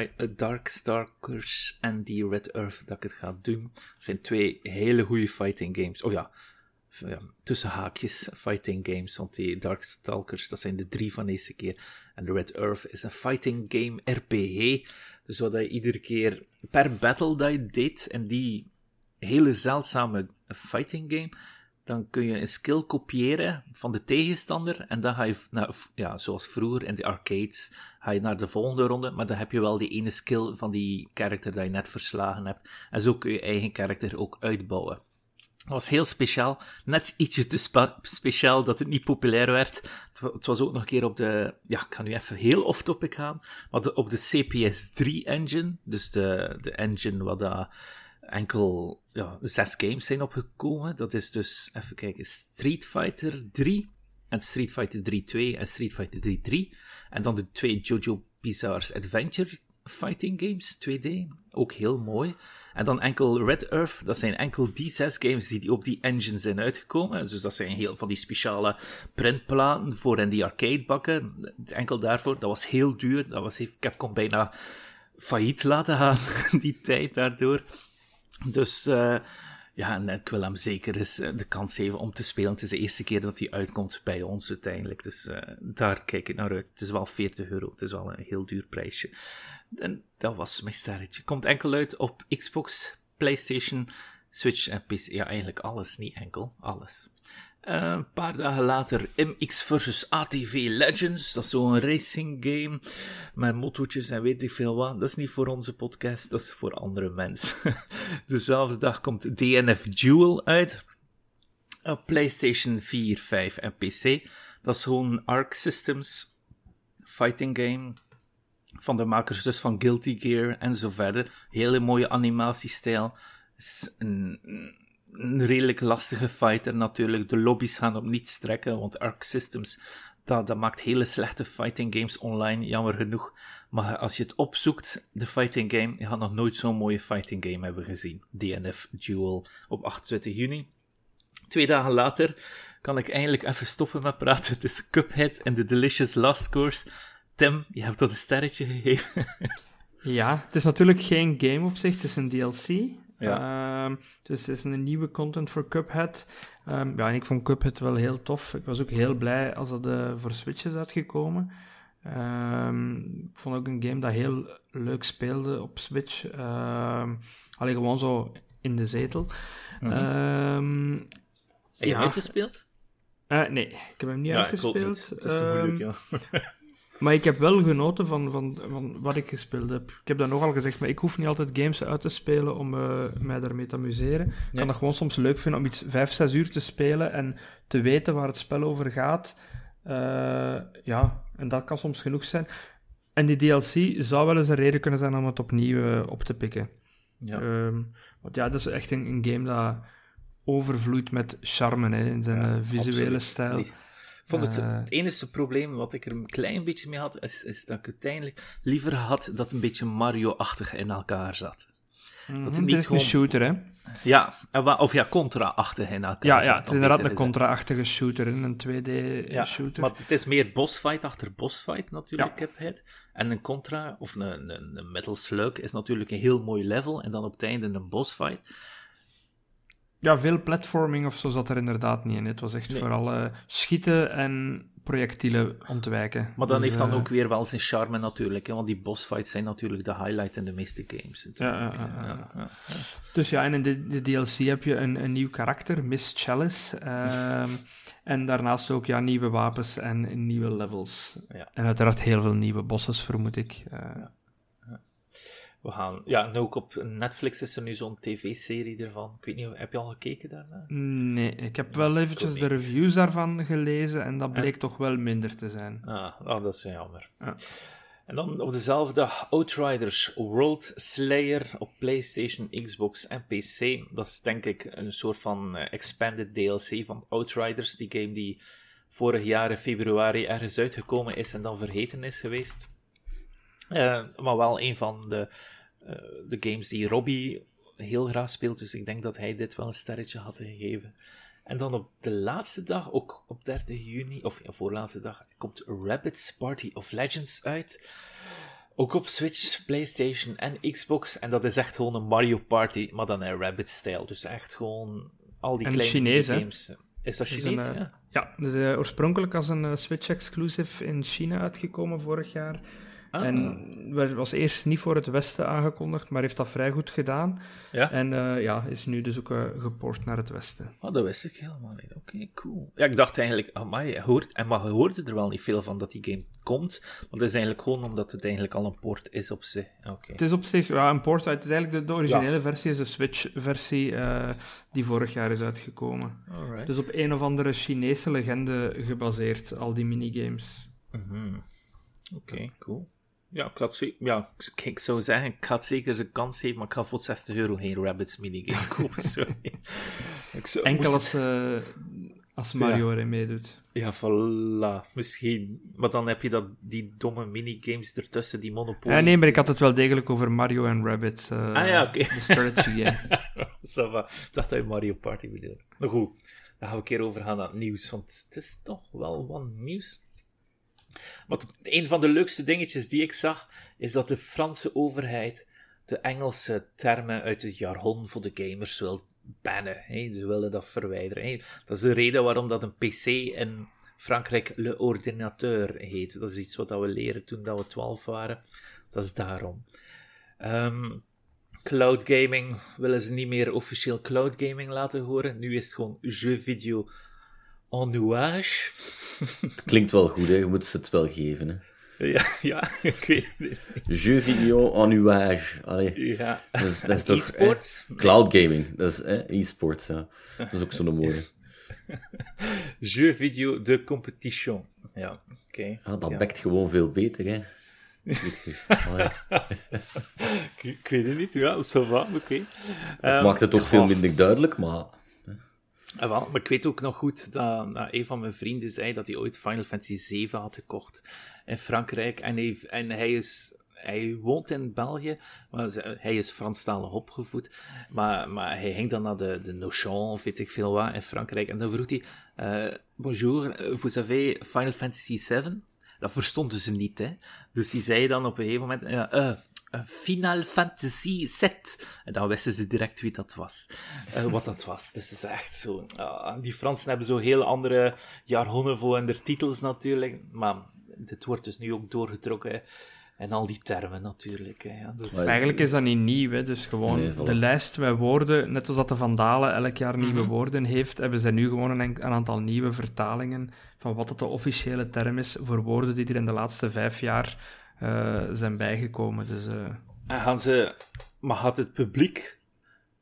Darkstalkers en die Red Earth dat ik het ga doen. Het zijn twee hele goede fighting games. Oh ja, ja tussen haakjes fighting games. Want die Darkstalkers, dat zijn de drie van deze keer. En de Red Earth is een fighting game R P G. Dus wat je iedere keer per battle dat je deed, en die hele zeldzame fighting game, dan kun je een skill kopiëren van de tegenstander. En dan ga je, naar, ja, zoals vroeger in de arcades, ga je naar de volgende ronde. Maar dan heb je wel die ene skill van die character dat je net verslagen hebt. En zo kun je eigen karakter ook uitbouwen. Dat was heel speciaal. Net ietsje te spa- speciaal dat het niet populair werd. Het, w- het was ook nog een keer op de... Ja, ik ga nu even heel off-topic gaan. Maar de, op de C P S drie engine. Dus de, de engine waar dat enkel ja, zes games zijn opgekomen. Dat is dus, even kijken, Street Fighter drie. En Street Fighter drie twee en Street Fighter drie drie. En dan de twee Jojo Bizarre's Adventure fighting games, twee D. Ook heel mooi. En dan enkel Red Earth, dat zijn enkel die zes games die op die engine zijn uitgekomen. Dus dat zijn heel van die speciale printplaten voor in die arcadebakken. Enkel daarvoor, dat was heel duur. Dat was, heeft Capcom bijna failliet laten gaan, die tijd daardoor. Dus uh, ja, en ik wil hem zeker eens de kans geven om te spelen. Het is de eerste keer dat hij uitkomt bij ons uiteindelijk. Dus uh, daar kijk ik naar uit. Het is wel veertig euro. Het is wel een heel duur prijsje. En dat was mijn sterretje. Komt enkel uit op Xbox, PlayStation, Switch en P C. Ja, eigenlijk alles, niet enkel. Alles. Uh, een paar dagen later M X versus A T V Legends. Dat is zo'n racing game met mottootjes en weet ik veel wat. Dat is niet voor onze podcast, dat is voor andere mensen. Dezelfde dag komt D N F Duel uit. Op PlayStation vier, vijf en P C. Dat is gewoon Arc Systems fighting game. Van de makers dus van Guilty Gear en zo verder. Hele mooie animatiestijl. Is een... Een redelijk lastige fighter natuurlijk. De lobby's gaan op niets trekken, want Arc Systems, dat, dat maakt hele slechte fighting games online, jammer genoeg. Maar als je het opzoekt, de fighting game, je gaat nog nooit zo'n mooie fighting game hebben gezien. D N F Duel op achtentwintig juni. Twee dagen later kan ik eindelijk even stoppen met praten. Het is Cuphead en The Delicious Last Course. Tim, je hebt dat een sterretje gegeven. Ja, het is natuurlijk geen game op zich, het is een D L C. Ja. Um, dus het is een nieuwe content voor Cuphead. Um, ja, en ik vond Cuphead wel heel tof. Ik was ook heel blij als dat uh, voor Switch is uitgekomen. Um, ik vond ook een game dat heel leuk speelde op Switch. Um, alleen gewoon zo in de zetel. Mm-hmm. Um, Heb je ja. uitgespeeld? Uh, nee, ik heb hem niet ja, uitgespeeld. Ik niet. Dat is te moeilijk, ja. Maar ik heb wel genoten van, van, van wat ik gespeeld heb. Ik heb dat nogal gezegd, maar ik hoef niet altijd games uit te spelen om uh, mij daarmee te amuseren. Ik nee. kan dat gewoon soms leuk vinden om iets vijf, zes uur te spelen en te weten waar het spel over gaat. Uh, ja, en dat kan soms genoeg zijn. En die D L C zou wel eens een reden kunnen zijn om het opnieuw uh, op te pikken. Ja. Um, want ja, dat is echt een, een game dat overvloeit met charme, hè, in zijn ja, uh, visuele absoluut. stijl. Nee. Ik vond het, uh, het enige probleem wat ik er een klein beetje mee had, is, is dat ik uiteindelijk liever had dat het een beetje Mario-achtig in elkaar zat. Mm-hmm, dat het niet is gewoon... een shooter, hè? Ja, of ja, Contra-achtig in elkaar. Ja, ja, het is inderdaad een Contra-achtige shooter, een twee D-shooter. Ja, maar het is meer bossfight achter bossfight natuurlijk, ja. Cuphead. En een Contra, of een, een, een Metal Slug, is natuurlijk een heel mooi level, en dan op het einde een bossfight. Ja, veel platforming of zo zat er inderdaad niet in. Het was echt nee. vooral uh, schieten en projectielen ontwijken. Maar dan dus, heeft dan uh, ook weer wel zijn charme natuurlijk, hè, want die bossfights zijn natuurlijk de highlight in de meeste games. Ja, ja, ja, ja. Ja, ja. Dus ja, en in de, de D L C heb je een, een nieuw karakter, Miss Chalice. Uh, en daarnaast ook ja, nieuwe wapens en nieuwe levels. Ja. En uiteraard heel veel nieuwe bosses, vermoed ik. Uh, ja. We gaan, ja, en ook op Netflix is er nu zo'n tv-serie ervan. Ik weet niet, heb je al gekeken daarna? Nee, ik heb wel eventjes de reviews daarvan gelezen en dat bleek en? toch wel minder te zijn. Ah, oh, dat is jammer. Ja. En dan op dezelfde dag Outriders World Slayer op PlayStation, Xbox en P C. Dat is denk ik een soort van uh, expanded D L C van Outriders, die game die vorig jaar in februari ergens uitgekomen is en dan vergeten is geweest. Uh, maar wel een van de, uh, de games die Robbie heel graag speelt, dus ik denk dat hij dit wel een sterretje had gegeven. En dan op de laatste dag, ook op dertig juni, of ja, voorlaatste dag, komt Rabbids Party of Legends uit. Ook op Switch, PlayStation en Xbox. En dat is echt gewoon een Mario Party, maar dan in Rabbids-stijl. Dus echt gewoon al die en kleine Chinees, games. Hè? Is dat dus Chinees? Een, ja, ja dus, uh, oorspronkelijk als een uh, Switch-exclusive in China uitgekomen vorig jaar. Ah. En was eerst niet voor het Westen aangekondigd, maar heeft dat vrij goed gedaan. Ja? En uh, ja, is nu dus ook uh, geport naar het Westen. Oh, dat wist ik helemaal niet. Oké, okay, cool. Ja, ik dacht eigenlijk, amai, je hoort, en maar je hoorde er wel niet veel van dat die game komt, want het is eigenlijk gewoon omdat het eigenlijk al een port is op zich. Okay. Het is op zich ja, een port uit. Het is eigenlijk de, de originele ja. versie, is de Switch-versie uh, die vorig jaar is uitgekomen. Alright. Dus op een of andere Chinese legende gebaseerd, al die minigames. Mm-hmm. Oké, okay, cool. Ja, ik, had zeker, ja, ik zou zeggen, ik had zeker zijn kans geven, maar ik ga voor zestig euro geen Rabbids minigame kopen. Sorry. ik zou, Enkel moest... als, uh, als Mario ja. erin meedoet. Ja, voilà, misschien. Maar dan heb je dat, die domme minigames ertussen, die Monopoly. Ja, nee, maar ik had het wel degelijk over Mario en Rabbids. Uh, ah ja, oké. Okay. De strategy game. Ik dacht dat je Mario Party bedoelde. Maar goed, daar gaan we een keer over gaan naar het nieuws, want het is toch wel wat nieuws. Want een van de leukste dingetjes die ik zag, is dat de Franse overheid de Engelse termen uit het jargon voor de gamers wil bannen. Hè? Ze willen dat verwijderen. Hè? Dat is de reden waarom dat een P C in Frankrijk le ordinateur heet. Dat is iets wat we leren toen dat we twaalf waren. Dat is daarom. Um, cloud gaming willen ze niet meer officieel cloud gaming laten horen. Nu is het gewoon jeux video en nuage. Het klinkt wel goed, hè? Je moet ze het wel geven. Hè? Ja, ja, ik weet het niet. Jeux video en nuage. Allee. Ja. Dat is, dat is toch... E-sports? Eh, cloud gaming. Dat is eh, e-sports, ja. Dat is ook zo'n mooie. Jeux video de competition. Ja, oké. Okay. Ah, dat ja. bekt gewoon veel beter, hè. ik, ik weet het niet, ja, ça va, oké. Okay. Het um, maakt het ook veel minder duidelijk, maar... Ah, wel, maar ik weet ook nog goed dat, dat een van mijn vrienden zei dat hij ooit Final Fantasy zeven had gekocht in Frankrijk. En hij, en hij, is, hij woont in België, maar hij is Franstalig opgevoed. Maar, maar hij ging dan naar de, de Nochamp, of weet ik veel wat, in Frankrijk. En dan vroeg hij, uh, bonjour, vous avez Final Fantasy zeven? Dat verstonden ze niet, hè. Dus die zei dan op een gegeven moment, uh, uh, Final Fantasy zet. En dan wisten ze direct wie dat was. Uh, wat dat was. Dus het is echt zo... Uh, die Fransen hebben zo heel andere jargonnen voor in de titels natuurlijk. Maar dit wordt dus nu ook doorgetrokken. Hè. En al die termen natuurlijk. Hè. Ja, dus... Eigenlijk is dat niet nieuw. Hè. Dus gewoon nee, de lijst met woorden, net als dat de Vandalen elk jaar nieuwe mm-hmm. woorden heeft, hebben zij nu gewoon een, een aantal nieuwe vertalingen van wat het de officiële term is voor woorden die er in de laatste vijf jaar uh, zijn bijgekomen. Dus, uh... en gaan ze... Maar gaat het publiek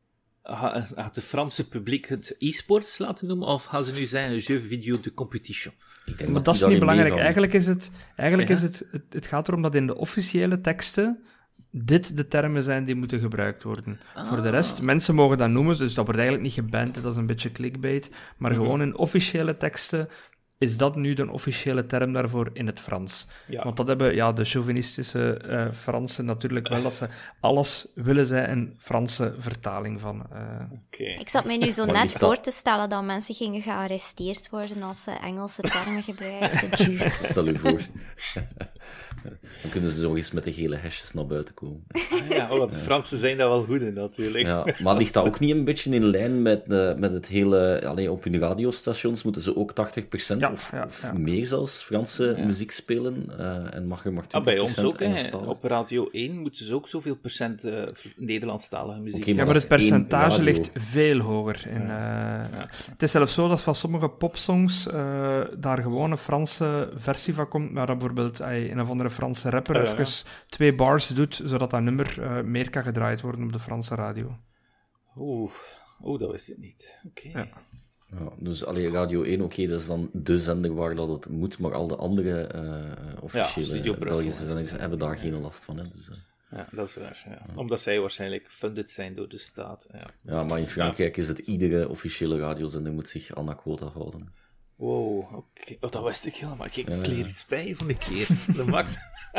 gaat het Franse publiek het e-sports laten noemen, of gaan ze nu zeggen jeu video de competition? Ik denk Maar dat dat is die niet daarin belangrijk. meegaan. Eigenlijk is het, eigenlijk Ja. is het, het, het gaat erom dat in de officiële teksten dit de termen zijn die moeten gebruikt worden. Ah. Voor de rest, mensen mogen dat noemen, dus dat wordt eigenlijk niet geband, dat is een beetje clickbait. Maar Mhm. gewoon in officiële teksten is dat nu de officiële term daarvoor in het Frans. Ja. Want dat hebben ja, de chauvinistische eh, Fransen natuurlijk wel, dat ze alles willen zij een Franse vertaling van. eh. Oké. Ik zat mij nu zo Maar net ligt dat- voor te stellen dat mensen gingen gearresteerd worden als ze Engelse termen gebruikten. Stel u voor. Dan kunnen ze zo eens met de gele hesjes naar buiten komen. Ah, ja, oh, de Fransen zijn daar wel goed in, natuurlijk. Ja, maar ligt dat ook niet een beetje in lijn met, uh, met het hele... Allee, op hun radiostations moeten ze ook tachtig procent Ja, of, ja, of ja. meer zelfs Franse Ja. muziek spelen. Uh, en mag er maar Ah, twintig bij ons procent ook, hè. Engelstalig. Op Radio één moeten ze ook zoveel procent uh, Nederlandstalige muziek. Oké, Ja, maar maar dat het is één percentage radio. ligt veel hoger. In, eh, Het is zelfs zo dat van sommige popsongs eh, daar gewoon een Franse versie van komt, maar dat bijvoorbeeld ay, een of andere Franse rapper Ah, ja, ja. even twee bars doet, zodat dat nummer eh, meer kan gedraaid worden op de Franse radio. Oeh, oh, dat wist ik niet. Oké. Ja. Ja, dus allee, Radio één, oké, dat is dan de zender waar dat het moet, maar al de andere uh, officiële Studio Brussel Belgische en zenders zo. hebben daar geen last van. Hè, dus, uh. Ja, dat is waar. Ja. Omdat zij waarschijnlijk funded zijn door de staat. Ja, Ja, maar in Frankrijk is het iedere officiële radiozender moet zich aan dat quota houden. Wow, oké. Oh, dat wist ik helemaal. Kijk, ik Ja. leer iets bij van de keer. Dat maakt.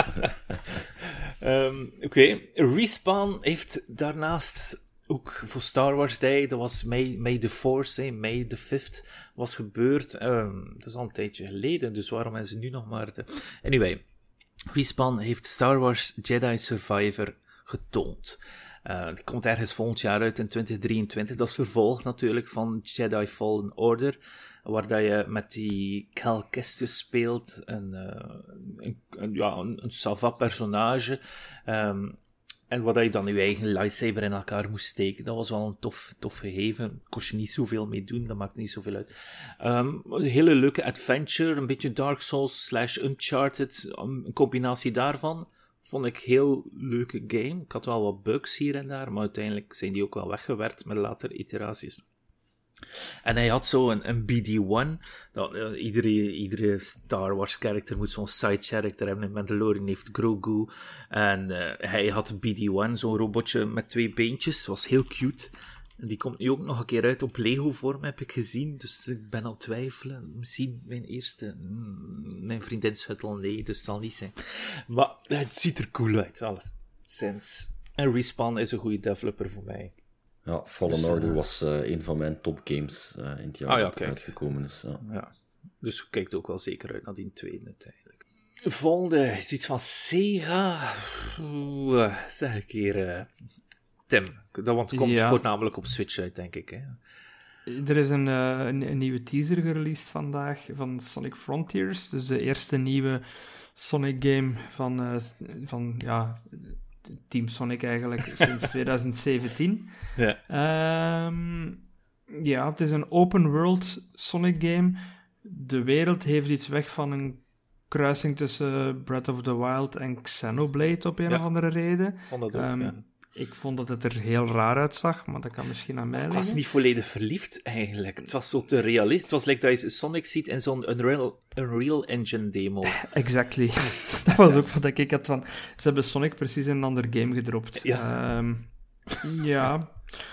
um, oké, okay. Respawn heeft daarnaast ook voor Star Wars Day, dat was May, May the Force, hey, May the fifth, was gebeurd. Um, dat is al een tijdje geleden, dus waarom hebben ze nu nog maar... De... Anyway, Respawn heeft Star Wars Jedi Survivor getoond. Uh, die komt ergens volgend jaar uit in twintig drieëntwintig. Dat is vervolg natuurlijk van Jedi Fallen Order, waar dat je met die Cal Kestis speelt, een, uh, een, een, ja, een, een savant personage, um, en waar dat je dan je eigen lightsaber in elkaar moest steken. Dat was wel een tof, tof gegeven. Kost je niet zoveel mee doen, dat maakt niet zoveel uit. Um, een hele leuke adventure, een beetje Dark Souls slash Uncharted, een combinatie daarvan. Vond ik heel leuke game. Ik had wel wat bugs hier en daar, maar uiteindelijk zijn die ook wel weggewerkt met latere iteraties. En hij had zo een, een B D one. Dat, uh, iedere, iedere Star Wars character moet zo'n side character hebben. In Mandalorian heeft Grogu. En uh, hij had B D one, zo'n robotje met twee beentjes. Dat was heel cute. En die komt nu ook nog een keer uit op Lego-vorm, heb ik gezien. Dus ik ben al twijfelen. Misschien mijn eerste... Mm, mijn vriendin schuttel, nee, dus het zal niet zijn. Maar het ziet er cool uit, alles. Sinds. En Respawn is een goede developer voor mij. Ja, Fallen Dus, Order uh, was uh, een van mijn topgames uh, in het jaar Ah, ja, dat het kijk. uitgekomen is. Ja. Ja. Dus kijkt ook wel zeker uit naar die tweede uiteindelijk. Volgende is iets van Sega. Oeh, zeg ik hier, uh, Tim. Dat want het komt Ja. voornamelijk op Switch uit, denk ik. Hè? Er is een, uh, een, een nieuwe teaser gereleased vandaag van Sonic Frontiers, dus de eerste nieuwe Sonic game van, uh, van ja, Team Sonic eigenlijk sinds twintig zeventien. Ja. Um, ja, het is een open world Sonic game. De wereld heeft iets weg van een kruising tussen Breath of the Wild en Xenoblade op een Ja. of andere reden. Vond dat ook, Um, ja. Ik vond dat het er heel raar uitzag, maar dat kan misschien aan mij Ik liggen. was niet volledig verliefd, eigenlijk. Het was zo te realist. Het was like dat je Sonic ziet in zo'n Unreal, Unreal Engine demo. Exactly. Dat was ook wat ik had van... Ze hebben Sonic precies in een ander game gedropt. Ja. Um, ja.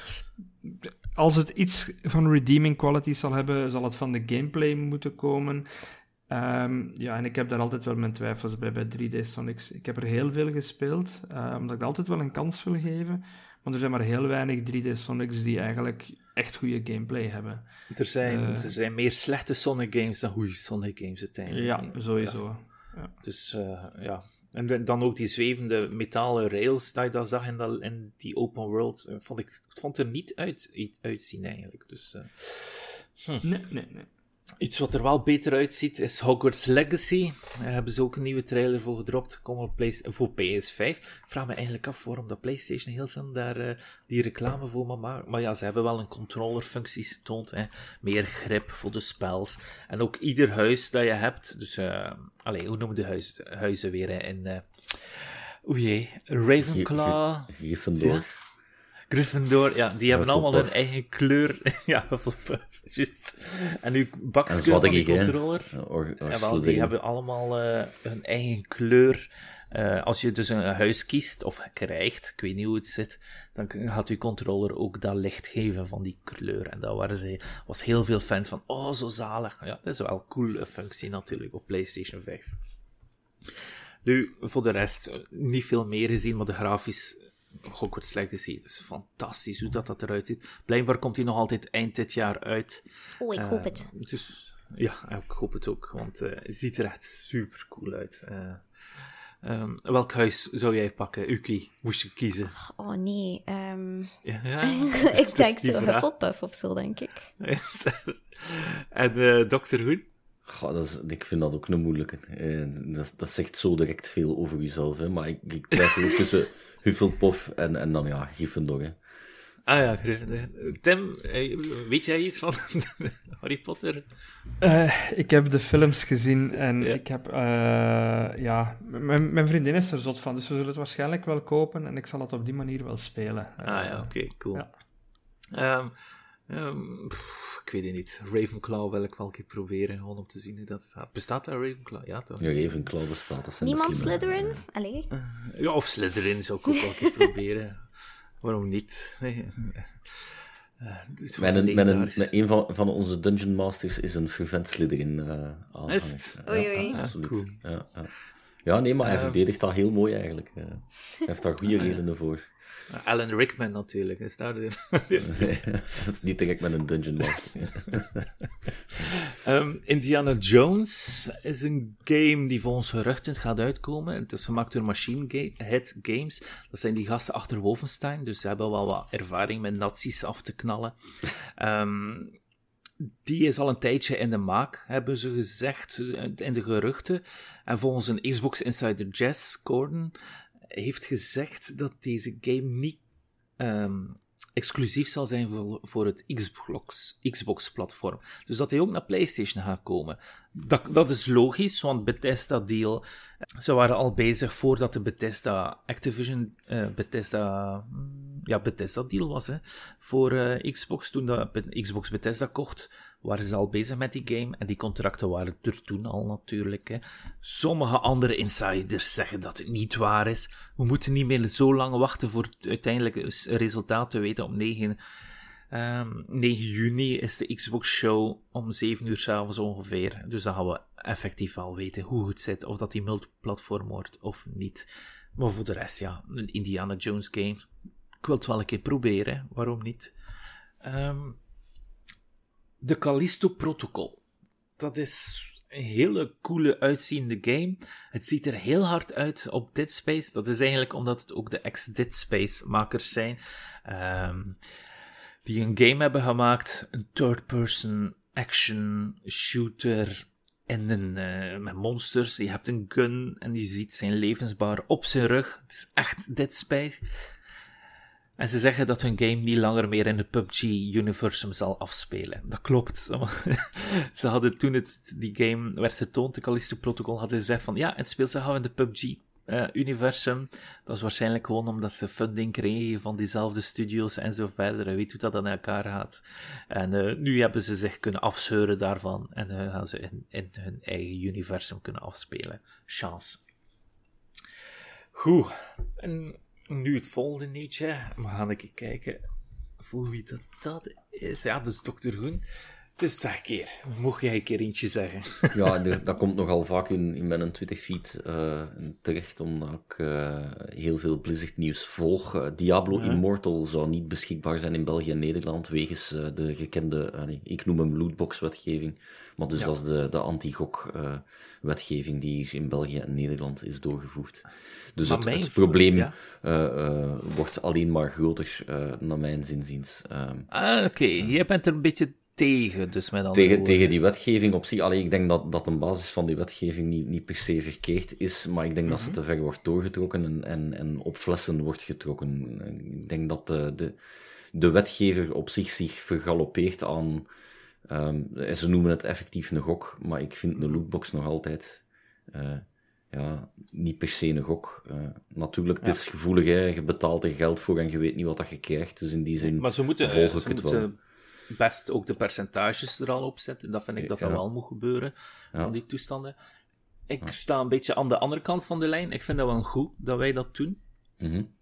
Als het iets van redeeming quality zal hebben, zal het van de gameplay moeten komen. Um, ja, en ik heb daar altijd wel mijn twijfels bij, bij drie D Sonics. Ik heb er heel veel gespeeld, uh, omdat ik altijd wel een kans wil geven. Maar er zijn maar heel weinig drie D Sonics die eigenlijk echt goede gameplay hebben. Er zijn, Uh, er zijn meer slechte Sonic games dan goede Sonic games uiteindelijk. Ja, sowieso. Ja. Ja. Dus, uh, ja. En dan ook die zwevende metalen rails dat je dat zag in, dat, in die open world, uh, vond ik vond er niet uit, uitzien eigenlijk. Dus, uh, hm. Nee, nee, nee. Iets wat er wel beter uitziet is Hogwarts Legacy. Daar hebben ze ook een nieuwe trailer voor gedropt. Komen op Play- voor P S vijf. Ik vraag me eigenlijk af waarom dat PlayStation heel snel daar uh, die reclame voor mag maken. Maar ja, ze hebben wel een controllerfuncties getoond. Hè. Meer grip voor de spels. En ook ieder huis dat je hebt. Dus, uh, allez, hoe noemen de huis, huizen weer? Hè? In, uh, oei, Ravenclaw. Gryffindor. Ja. Gryffindor, ja, die hebben allemaal hun Hufflepuff. eigen kleur. Ja, Hufflepuff, juist. En nu En bakskeur van die Zwadderig, hè. controller. Ja, or- or Ja, wel, die Slytherin. hebben allemaal uh, hun eigen kleur. Uh, als je dus een huis kiest, of krijgt, ik weet niet hoe het zit, dan gaat je controller ook dat licht geven van die kleur. En daar waren ze, was heel veel fans van, oh, zo zalig. Ja, dat is wel een coole functie natuurlijk op PlayStation vijf. Nu, voor de rest, niet veel meer gezien, maar de grafisch Hogwarts Legacy is fantastisch hoe dat, dat eruit ziet. Blijkbaar komt hij nog altijd eind dit jaar uit. Oh, ik Uh, hoop het. Dus, ja, ik hoop het ook, want uh, het ziet er echt super cool uit. Uh, um, welk huis zou jij pakken, Uki? Moest je kiezen? Oh nee, um... ja, ja, ik denk die zo vraag. Hufflepuff of zo, denk ik. En uh, dokter Hoen? Goh, dat is, ik vind dat ook een moeilijke. Eh, dat, dat zegt zo direct veel over jezelf, hè. Maar ik, ik twijfel ook tussen Hufflepuff en, en dan ja, Gryffindor, hè. Ah ja, Tim, weet jij iets van Harry Potter? Uh, ik heb de films gezien en Ja. ik heb, uh, ja, mijn, mijn vriendin is er zot van, dus we zullen het waarschijnlijk wel kopen en ik zal het op die manier wel spelen. Uh, Ah ja, oké, okay, cool. Ja. Um, um, pff, ik weet het niet. Ravenclaw wil ik wel een keer proberen, gewoon om te zien hoe dat gaat. Bestaat daar Ravenclaw? Ja, toch? Ja, Ravenclaw bestaat. Dat zijn de Niemand slimme- Slytherin? uh, Allee. Uh, ja, of Slytherin zou ik ook wel een keer proberen. Waarom niet? Nee. Uh, het was Met een, met een, legendarisch. met een van, van onze Dungeon Masters is een fervent Slytherin uh, aanhanger. Is het? Ja, Oei, oei. ja, absoluut. Cool. Ja, ja. ja, nee, maar hij Um, verdedigt dat heel mooi eigenlijk. Uh, hij heeft daar goede redenen voor. Alan Rickman natuurlijk. Is daar de... Dat is niet direct met een Dungeon Master. um, Indiana Jones is een game die volgens geruchten gaat uitkomen. Het is gemaakt door Machine Ga- Head Games. Dat zijn die gasten achter Wolfenstein, dus ze hebben wel wat ervaring met nazi's af te knallen. Um, die is al een tijdje in de maak, hebben ze gezegd in de geruchten. En volgens een Xbox Insider Jess Gordon heeft gezegd dat deze game niet um, exclusief zal zijn voor, voor het Xbox, Xbox-platform. Dus dat hij ook naar PlayStation gaat komen. Dat, dat is logisch, want Bethesda-deal... Ze waren al bezig voordat de Bethesda Activision... Uh, Bethesda... Ja, Bethesda-deal was, hè. Voor uh, Xbox. Toen dat Xbox Bethesda kocht, waren ze al bezig met die game. En die contracten waren er toen al natuurlijk, hè. Sommige andere insiders zeggen dat het niet waar is. We moeten niet meer zo lang wachten voor het uiteindelijke resultaat te weten. Op negen, um, negen juni is de Xbox Show om zeven uur 's avonds ongeveer. Dus dan gaan we effectief al weten hoe het zit. Of dat die multiplatform wordt of niet. Maar voor de rest, ja, een Indiana Jones game. Ik wil het wel een keer proberen, waarom niet? Um, de Callisto Protocol. Dat is een hele coole uitziende game. Het ziet er heel hard uit op Dead Space. Dat is eigenlijk omdat het ook de ex-Dead Space makers zijn. Um, die een game hebben gemaakt. Een third-person action shooter. En een, uh, met monsters. Je hebt een gun en je ziet zijn levensbaar op zijn rug. Het is echt Dead Space. En ze zeggen dat hun game niet langer meer in de P U B G-universum zal afspelen. Dat klopt. Ze hadden toen het, die game werd getoond, de Callisto Protocol, hadden ze gezegd van ja, het speelt zich af in de P U B G-universum. Uh, dat is waarschijnlijk gewoon omdat ze funding kregen van diezelfde studios en zo verder. En weet hoe dat aan elkaar gaat. En uh, nu hebben ze zich kunnen afscheuren daarvan. En uh, gaan ze in, in hun eigen universum kunnen afspelen. Chance. Goed. En nu het volgende nieuwtje. We gaan even kijken voor wie dat, dat is. Ja, dat is dokter Hoen. Dus zeg een keer. Mocht jij een keer eentje zeggen? Ja, er, dat komt nogal vaak in, in mijn Twitter-feed uh, terecht, omdat ik uh, heel veel Blizzard-nieuws volg. Uh, Diablo ja. Immortal zou niet beschikbaar zijn in België en Nederland, wegens uh, de gekende, uh, nee, ik noem hem lootbox-wetgeving, maar dus ja. dat is de, de anti-gok-wetgeving uh, die hier in België en Nederland is doorgevoerd. Dus het, het probleem ja. uh, uh, wordt alleen maar groter, uh, naar mijn zinziens. Uh, ah, oké. Okay. Uh, Je bent er een beetje tegen, dus met andere tegen, woorden. tegen die wetgeving op zich. Allee, ik denk dat, dat de basis van die wetgeving niet, niet per se verkeerd is, maar ik denk mm-hmm. dat ze te ver wordt doorgetrokken en, en, en op flessen wordt getrokken. Ik denk dat de, de, de wetgever op zich zich vergalopeert aan... Um, ze noemen het effectief een gok, maar ik vind een lootbox nog altijd... Uh, ja, niet per se een gok. Uh, natuurlijk, het ja. is gevoelig, hè. Je betaalt er geld voor en je weet niet wat dat je krijgt. Dus in die zin maar ze moeten, volg ze ik het moeten wel. best ook de percentages er al op zetten. Dat vind ik dat ja. dat wel moet gebeuren, ja. van die toestanden. Ik ja. sta een beetje aan de andere kant van de lijn. Ik vind dat wel goed dat wij dat doen. Mm-hmm.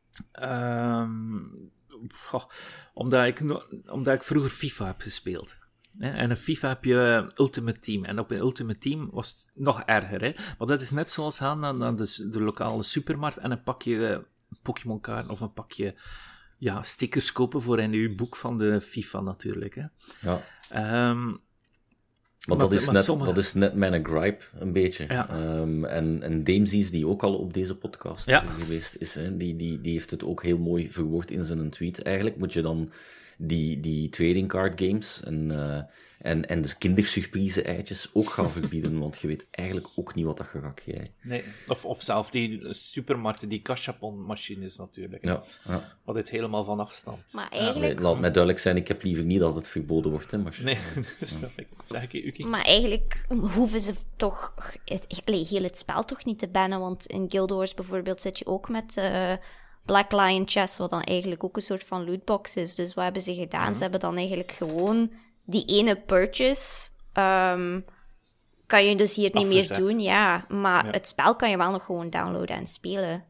Um, goh, omdat, ik, omdat ik vroeger FIFA heb gespeeld. En in FIFA heb je Ultimate Team. En op een Ultimate Team was het nog erger. Hè? Maar dat is net zoals gaan naar, naar de, de lokale supermarkt en een pakje uh, Pokémon-kaarten of een pakje ja, stickers kopen voor in uw boek van de FIFA natuurlijk. Hè? Ja. Um, Maar, maar, dat, is maar net, sommige... dat is net mijn gripe, een beetje. Ja. Um, en, en Damesies, die ook al op deze podcast ja. geweest is, hè, die, die, die heeft het ook heel mooi verwoord in zijn tweet. Eigenlijk moet je dan die, die trading card games en, uh, en, en de kindersurprise-eitjes ook gaan verbieden, want je weet eigenlijk ook niet wat dat je gaat krijgen. Nee, of, of zelf die supermarkten, die cashapon-machines natuurlijk. Ja, ja. Wat dit helemaal van afstand. Maar eigenlijk... Ja, laat mij duidelijk zijn, ik heb liever niet dat het verboden wordt. Hè, maar... Nee, dat snap ik. Zeg ik je, Uki? Maar eigenlijk hoeven ze toch... Het, allee, heel het spel toch niet te bannen, want in Guild Wars bijvoorbeeld zit je ook met... Uh, Black Lion Chess, wat dan eigenlijk ook een soort van lootbox is. Dus wat hebben ze gedaan? Mm-hmm. Ze hebben dan eigenlijk gewoon die ene purchase... Um, kan je dus hier niet meer doen, ja. Maar ja. het spel kan je wel nog gewoon downloaden en spelen.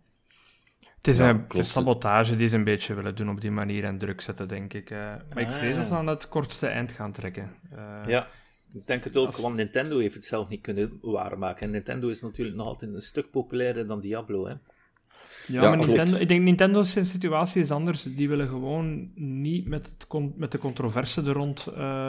Het is ja, een het is sabotage die ze een beetje willen doen op die manier en druk zetten, denk ik. Uh, maar ah, ik vrees dat ze aan het kortste eind gaan trekken. Uh, ja, ik denk het ook, als... want Nintendo heeft het zelf niet kunnen waarmaken. En Nintendo is natuurlijk nog altijd een stuk populairder dan Diablo, hè. Ja, ja, maar Nintendo, ik denk Nintendo's situatie is anders. Die willen gewoon niet met, het con- met de controverse er rond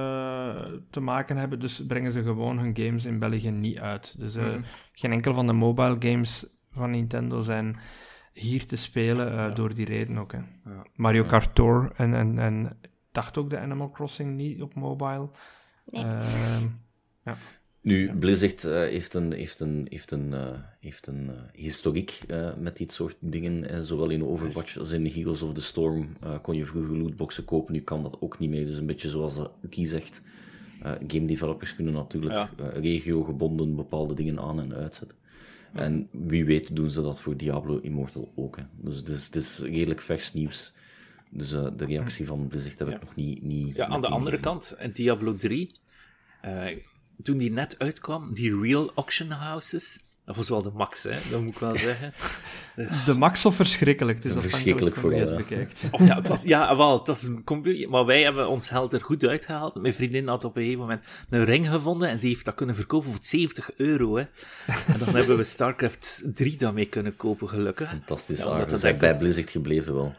uh, te maken hebben. Dus brengen ze gewoon hun games in België niet uit. Dus uh, mm. geen enkel van de mobile games van Nintendo zijn hier te spelen uh, ja. door die reden ook. Hè. Ja. Mario Kart Tour en, en, en dacht ook de Animal Crossing niet op mobile. Nee. Uh, ja. Nu, Blizzard uh, heeft een, heeft een, heeft een, uh, heeft een uh, historiek uh, met dit soort dingen. Uh, zowel in Overwatch als in Heroes of the Storm uh, kon je vroeger lootboxen kopen. Nu kan dat ook niet meer. Dus een beetje zoals Uki zegt. Uh, game developers kunnen natuurlijk ja. uh, regiogebonden bepaalde dingen aan- en uitzetten. Ja. En wie weet doen ze dat voor Diablo Immortal ook. Hè. Dus het is, het is redelijk vers nieuws. Dus uh, de reactie van Blizzard heb ik ja. nog niet... niet ja, aan de andere gezien. kant, in Diablo drie... Uh, toen die net uitkwam, die Real Auction Houses, dat was wel de max, hè? Dat moet ik wel zeggen. De max of verschrikkelijk? Het is ja, verschrikkelijk voor je het bekijkt. Of ja, het was, ja, wel, het was een computer, maar wij hebben ons geld er goed uitgehaald. Mijn vriendin had op een gegeven moment een ring gevonden en ze heeft dat kunnen verkopen voor zeventig euro, hè. En dan hebben we StarCraft drie daarmee kunnen kopen, gelukkig. Fantastisch, ja, dat is echt bij Blizzard gebleven wel.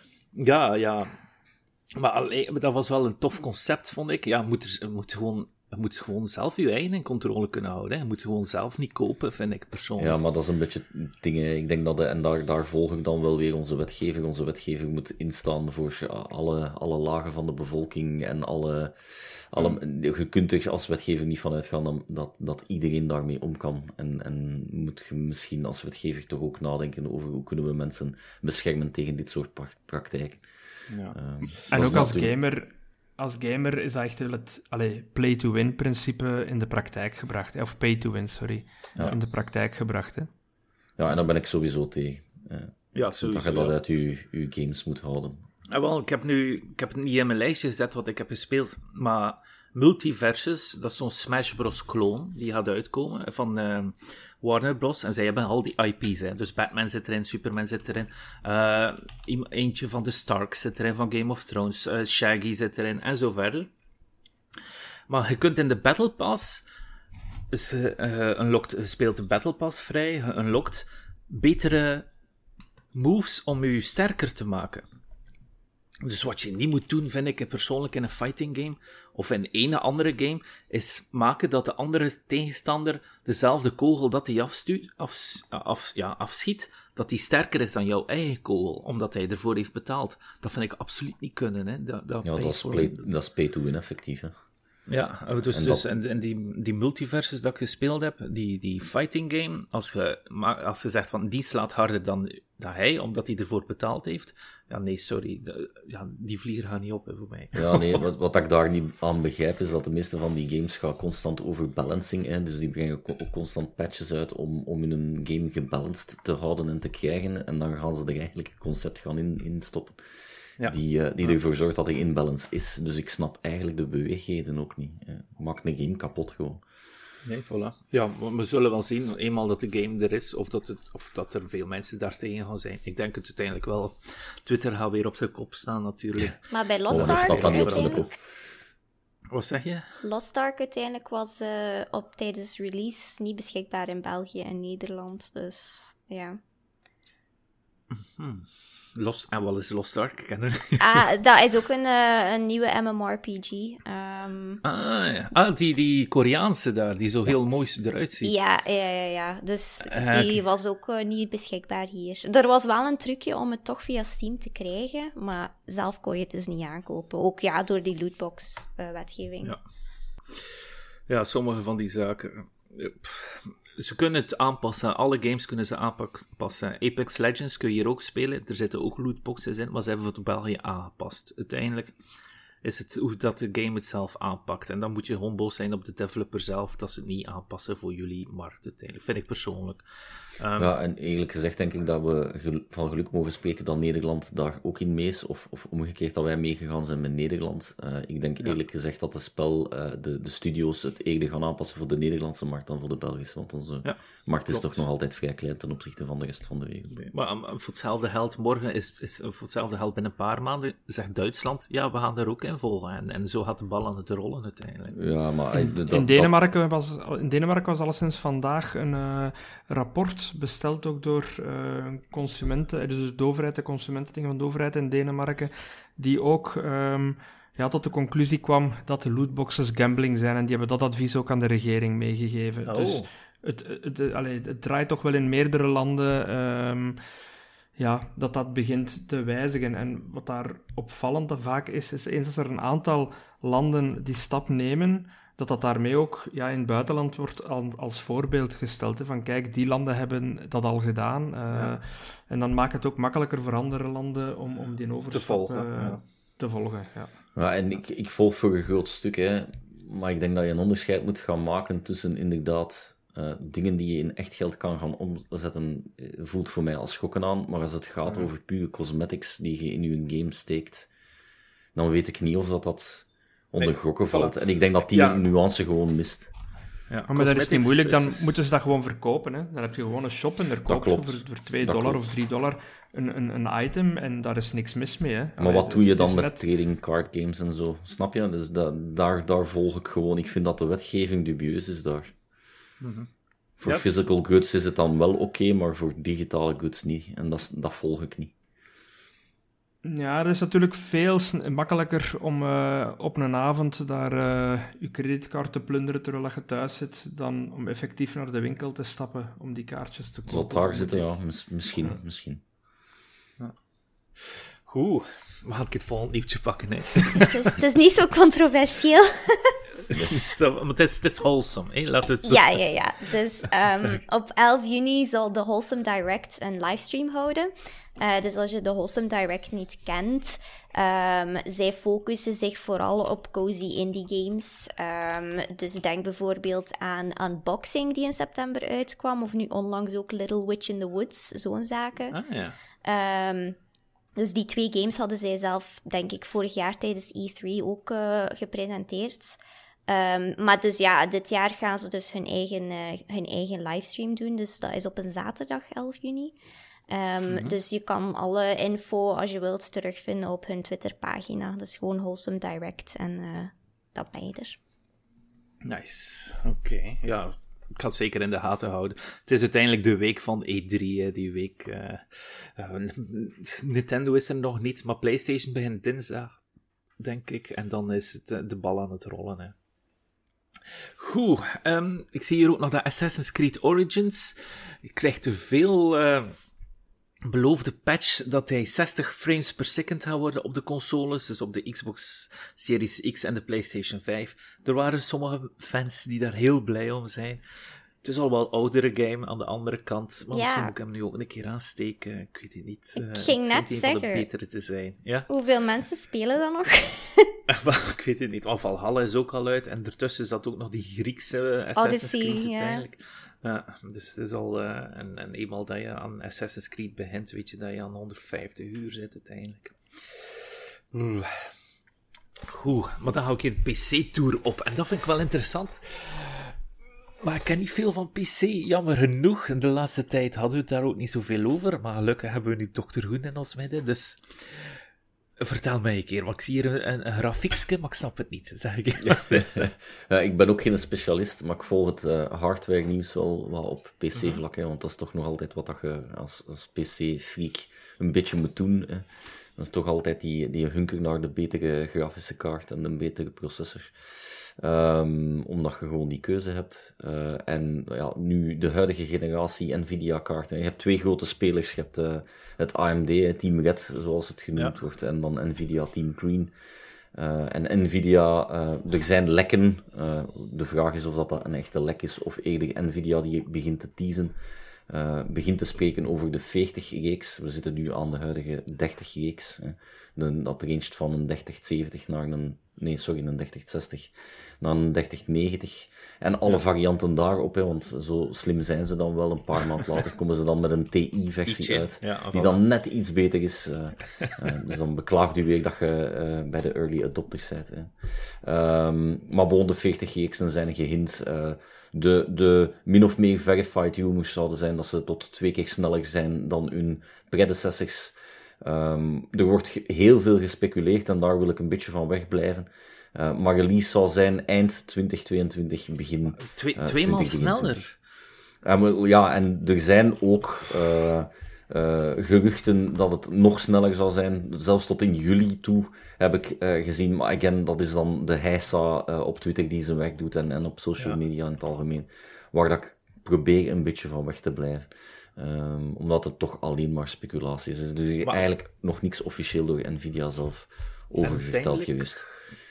Ja, ja. Maar alleen, dat was wel een tof concept, vond ik. Ja, moet er moet gewoon... Je moet gewoon zelf je eigen in controle kunnen houden. Hè. Je moet gewoon zelf niet kopen, vind ik persoonlijk. Ja, maar dat is een beetje dingen. Ik denk dat, de, en daar, daar volg ik dan wel weer onze wetgever. Onze wetgever moet instaan voor alle, alle lagen van de bevolking en alle... alle mm. Je kunt er als wetgever niet van uitgaan dat, dat iedereen daarmee om kan. En, en moet je misschien als wetgever toch ook nadenken over hoe kunnen we mensen beschermen tegen dit soort praktijken. Ja. Um, en ook als gamer... Als gamer is dat echt het allee, play-to-win-principe in de praktijk gebracht. Hè? Of pay-to-win, sorry. Ja. In de praktijk gebracht. Hè? Ja, en daar ben ik sowieso tegen. Uh, ja, sowieso. Dat je dat ja. uit je, je games moet houden. Ja, wel, ik heb nu... Ik heb het niet in mijn lijstje gezet wat ik heb gespeeld, maar Multiversus, dat is zo'n Smash Bros. Clone, die gaat uitkomen, van uh, Warner Bros. En zij hebben al die I P's, hè. Dus Batman zit erin, Superman zit erin, uh, eentje van de Starks zit erin, van Game of Thrones, uh, Shaggy zit erin, en zo verder. Maar je kunt in de Battle Pass, dus, uh, unlocked, je speelt de Battle Pass vrij, je unlockt betere moves om je sterker te maken. Dus wat je niet moet doen, vind ik persoonlijk in een fighting game, of in een andere game, is maken dat de andere tegenstander dezelfde kogel dat hij afstuurt, af, af, ja, afschiet, dat die sterker is dan jouw eigen kogel, omdat hij ervoor heeft betaald. Dat vind ik absoluut niet kunnen. Hè. Dat, dat ja, dat is, play, dat is pay to win effectief. Hè. Ja, dus, en, dus dat... en, en die, die multiverses dat ik gespeeld heb, die, die fighting game, als je, als je zegt van die slaat harder dan dat hij, omdat hij ervoor betaald heeft... Ja, nee, sorry. De, ja, die vlieger gaat niet op, hè, voor mij. Ja, nee, wat, wat ik daar niet aan begrijp, is dat de meeste van die games gaan constant over balancing. Hè, dus die brengen ook constant patches uit om, om hun game gebalanced te houden en te krijgen. En dan gaan ze er eigenlijk een concept gaan in, in stoppen. Ja. Die, uh, die ervoor zorgt dat er imbalance is. Dus ik snap eigenlijk de beweegheden ook niet. Hè. Maak een game kapot gewoon. Nee, voilà. Ja, we zullen wel zien, eenmaal dat de game er is, of dat, het, of dat er veel mensen daartegen gaan zijn. Ik denk het uiteindelijk wel. Twitter gaat weer op zijn kop staan, natuurlijk. Maar bij Lost Oh, Ark... staat dat niet op zijn kop. Wat zeg je? Lost Ark uiteindelijk was uh, op tijdens release niet beschikbaar in België en Nederland, dus ja. Hmm. Lost, en wat is Lost Ark? Ik ken er... Ah, dat is ook een, uh, een nieuwe MMORPG. Um... Ah, ja. Ah, die, die Koreaanse daar, die zo heel mooi eruit ziet. Ja, ja, ja, ja. Dus Uh, die was ook uh, niet beschikbaar hier. Er was wel een trucje om het toch via Steam te krijgen, maar zelf kon je het dus niet aankopen. Ook ja, door die lootbox-wetgeving. Uh, ja. ja, sommige van die zaken... Pff. Ze kunnen het aanpassen. Alle games kunnen ze aanpassen. Apex Legends kun je hier ook spelen. Er zitten ook lootboxes in, maar ze hebben het op België aangepast. Uiteindelijk is het hoe dat de game het zelf aanpakt. En dan moet je gewoon boos zijn op de developer zelf dat ze het niet aanpassen voor jullie markt. Uiteindelijk vind ik persoonlijk. Um, ja, en eerlijk gezegd denk ik dat we gel- van geluk mogen spreken dat Nederland daar ook in mee is. Of, of omgekeerd dat wij meegegaan zijn met Nederland. Uh, ik denk eerlijk ja. gezegd dat de spel, uh, de, de studio's het eerder gaan aanpassen voor de Nederlandse markt dan voor de Belgische. Want onze ja, markt klopt. Is toch nog altijd vrij klein ten opzichte van de rest van de wereld. Nee, maar um, voor hetzelfde geld, morgen is, is voor hetzelfde geld binnen een paar maanden, zegt Duitsland, ja, we gaan daar ook in volgen. En, en zo gaat de bal aan het rollen uiteindelijk. Ja, maar... In, dat, in, Denemarken was, in Denemarken was alleszins vandaag een uh, rapport besteld ook door uh, consumenten, dus de overheid, de consumenten van de overheid in Denemarken, die ook um, ja, tot de conclusie kwam dat de lootboxes gambling zijn. En die hebben dat advies ook aan de regering meegegeven. Oh. Dus het, het, het, allee, het draait toch wel in meerdere landen... Um, ja, dat dat begint te wijzigen. En wat daar opvallend vaak is, is eens als er een aantal landen die stap nemen, dat dat daarmee ook ja, in het buitenland wordt als voorbeeld gesteld. Hè, van kijk, die landen hebben dat al gedaan. Uh, ja. En dan maakt het ook makkelijker voor andere landen om, om die overstap te volgen. Uh, ja. Te volgen ja. Ja, en ik, ik volg voor een groot stuk, hè, maar ik denk dat je een onderscheid moet gaan maken tussen inderdaad... Uh, dingen die je in echt geld kan gaan omzetten, voelt voor mij als schokken aan. Maar als het gaat ja. over pure cosmetics die je in je game steekt, dan weet ik niet of dat, dat onder nee, gokken valt. En ik denk dat die ja. nuance gewoon mist. Ja, maar dat is niet moeilijk, dan is... moeten ze dat gewoon verkopen. Hè? Dan heb je gewoon een shop en daar koop je voor, voor twee dollar of drie dollar een, een, een item en daar is niks mis mee. Hè? Maar Allee, wat doe je dan met net... trading card games en zo? Snap je? Dus dat, daar, daar volg ik gewoon. Ik vind dat de wetgeving dubieus is daar. Mm-hmm. Voor ja, physical is... goods is het dan wel oké, okay, maar voor digitale goods niet. En dat, dat volg ik niet. Ja, het is natuurlijk veel makkelijker om uh, op een avond daar uh, je creditcard te plunderen terwijl je thuis zit, dan om effectief naar de winkel te stappen om die kaartjes te kopen. Zal het daar zitten, ja. Mis- misschien, ja. misschien. Ja. Goed, we gaan het volgende nieuwtje pakken, hè. het, is, het is niet zo controversieel. so, maar het is, het is wholesome, hè? Laten we het zo ja, ja, ja. Dus um, op elf juni zal de Wholesome Direct een livestream houden. Uh, dus als je de Wholesome Direct niet kent, um, zij focussen zich vooral op cozy indie games. Um, dus denk bijvoorbeeld aan Unboxing, die in september uitkwam, of nu onlangs ook Little Witch in the Woods, zo'n zaken. Ah, ja. Um, dus die twee games hadden zij zelf, denk ik, vorig jaar tijdens E drie ook uh, gepresenteerd. Um, maar dus ja, dit jaar gaan ze dus hun eigen, uh, hun eigen livestream doen. Dus dat is op een zaterdag, elf juni. Um, mm-hmm. Dus je kan alle info, als je wilt, terugvinden op hun Twitterpagina. Dus gewoon Wholesome Direct en uh, dat ben je er. Nice, oké. Okay. Ja, ik ga het zeker in de gaten houden. Het is uiteindelijk de week van E drie, hè, die week. Uh, uh, Nintendo is er nog niet, maar PlayStation begint dinsdag, denk ik. En dan is het uh, de bal aan het rollen, hè. Goed, um, ik zie hier ook nog dat Assassin's Creed Origins. Je krijgt te veel uh, beloofde patch dat hij zestig frames per second gaat worden op de consoles, dus op de Xbox Series X en de PlayStation vijf. Er waren sommige fans die daar heel blij om zijn. Het is al wel een oudere game aan de andere kant, maar Ja. misschien moet ik hem nu ook een keer aansteken. Ik weet het niet. Ik Eh, ging het net schijnt een van de zeggen. betere te zijn. Ja? Hoeveel mensen spelen dan nog? Ik weet het niet. Want Valhalla is ook al uit en ertussen zat ook nog die Griekse Assassin's Odyssey, Creed ja. uiteindelijk. Ja, dus het is al... eh, en, en eenmaal dat je aan Assassin's Creed begint, weet je dat je aan honderdvijftig uur zit uiteindelijk. Oeh. Goed, maar dan hou ik hier een P C-tour op. En dat vind ik wel interessant. Maar ik ken niet veel van P C, jammer genoeg. In de laatste tijd hadden we het daar ook niet zoveel over. Maar gelukkig hebben we nu dokter Hoen in ons midden. Dus vertel mij een keer. Want ik zie hier een, een, een grafiekje, maar ik snap het niet. Zeg ik. Ja, ik ben ook geen specialist, maar ik volg het uh, hardware-nieuws wel wat op P C-vlak. Mm-hmm. Want dat is toch nog altijd wat dat je als, als P C-freak een beetje moet doen. Hè. Dat is toch altijd die, die hunker naar de betere grafische kaart en de betere processor. Um, omdat je gewoon die keuze hebt. Uh, en ja, nu de huidige generatie Nvidia-kaarten. Je hebt twee grote spelers. Je hebt uh, het A M D, Team Red, zoals het genoemd ja. wordt. En dan Nvidia, Team Green. Uh, en Nvidia, uh, er zijn lekken. Uh, de vraag is of dat, dat een echte lek is, of eerder Nvidia die begint te teasen. Uh, begint te spreken over de veertig-reeks. We zitten nu aan de huidige dertig-reeks. De, dat ranged van een dertig zeventig naar een... Nee, sorry, een dertig zestig naar een dertig negentig. En alle varianten daarop, hè, want zo slim zijn ze dan wel. Een paar maanden later komen ze dan met een T I-versie uit, ja, die dan net iets beter is. Uh, uh, dus dan beklaagt u weer dat je uh, bij de early adopters bent. Hè. Um, maar boven de veertig-reeksen zijn gehint. Uh, de, de min of meer verified rumors zouden zijn dat ze tot twee keer sneller zijn dan hun predecessors. Um, er wordt heel veel gespeculeerd en daar wil ik een beetje van wegblijven. Uh, maar release zal zijn eind twintig tweeëntwintig, begin Twee, uh, Tweemaal sneller? Uh, ja, en er zijn ook uh, uh, geruchten dat het nog sneller zal zijn. Zelfs tot in juli toe heb ik uh, gezien. Maar again, dat is dan de heisa uh, op Twitter die zijn werk doet en, en op social media ja. in het algemeen. Waar dat ik probeer een beetje van weg te blijven. Um, omdat het toch alleen maar speculaties is. Dus er eigenlijk nog niks officieel door Nvidia zelf over verteld geweest.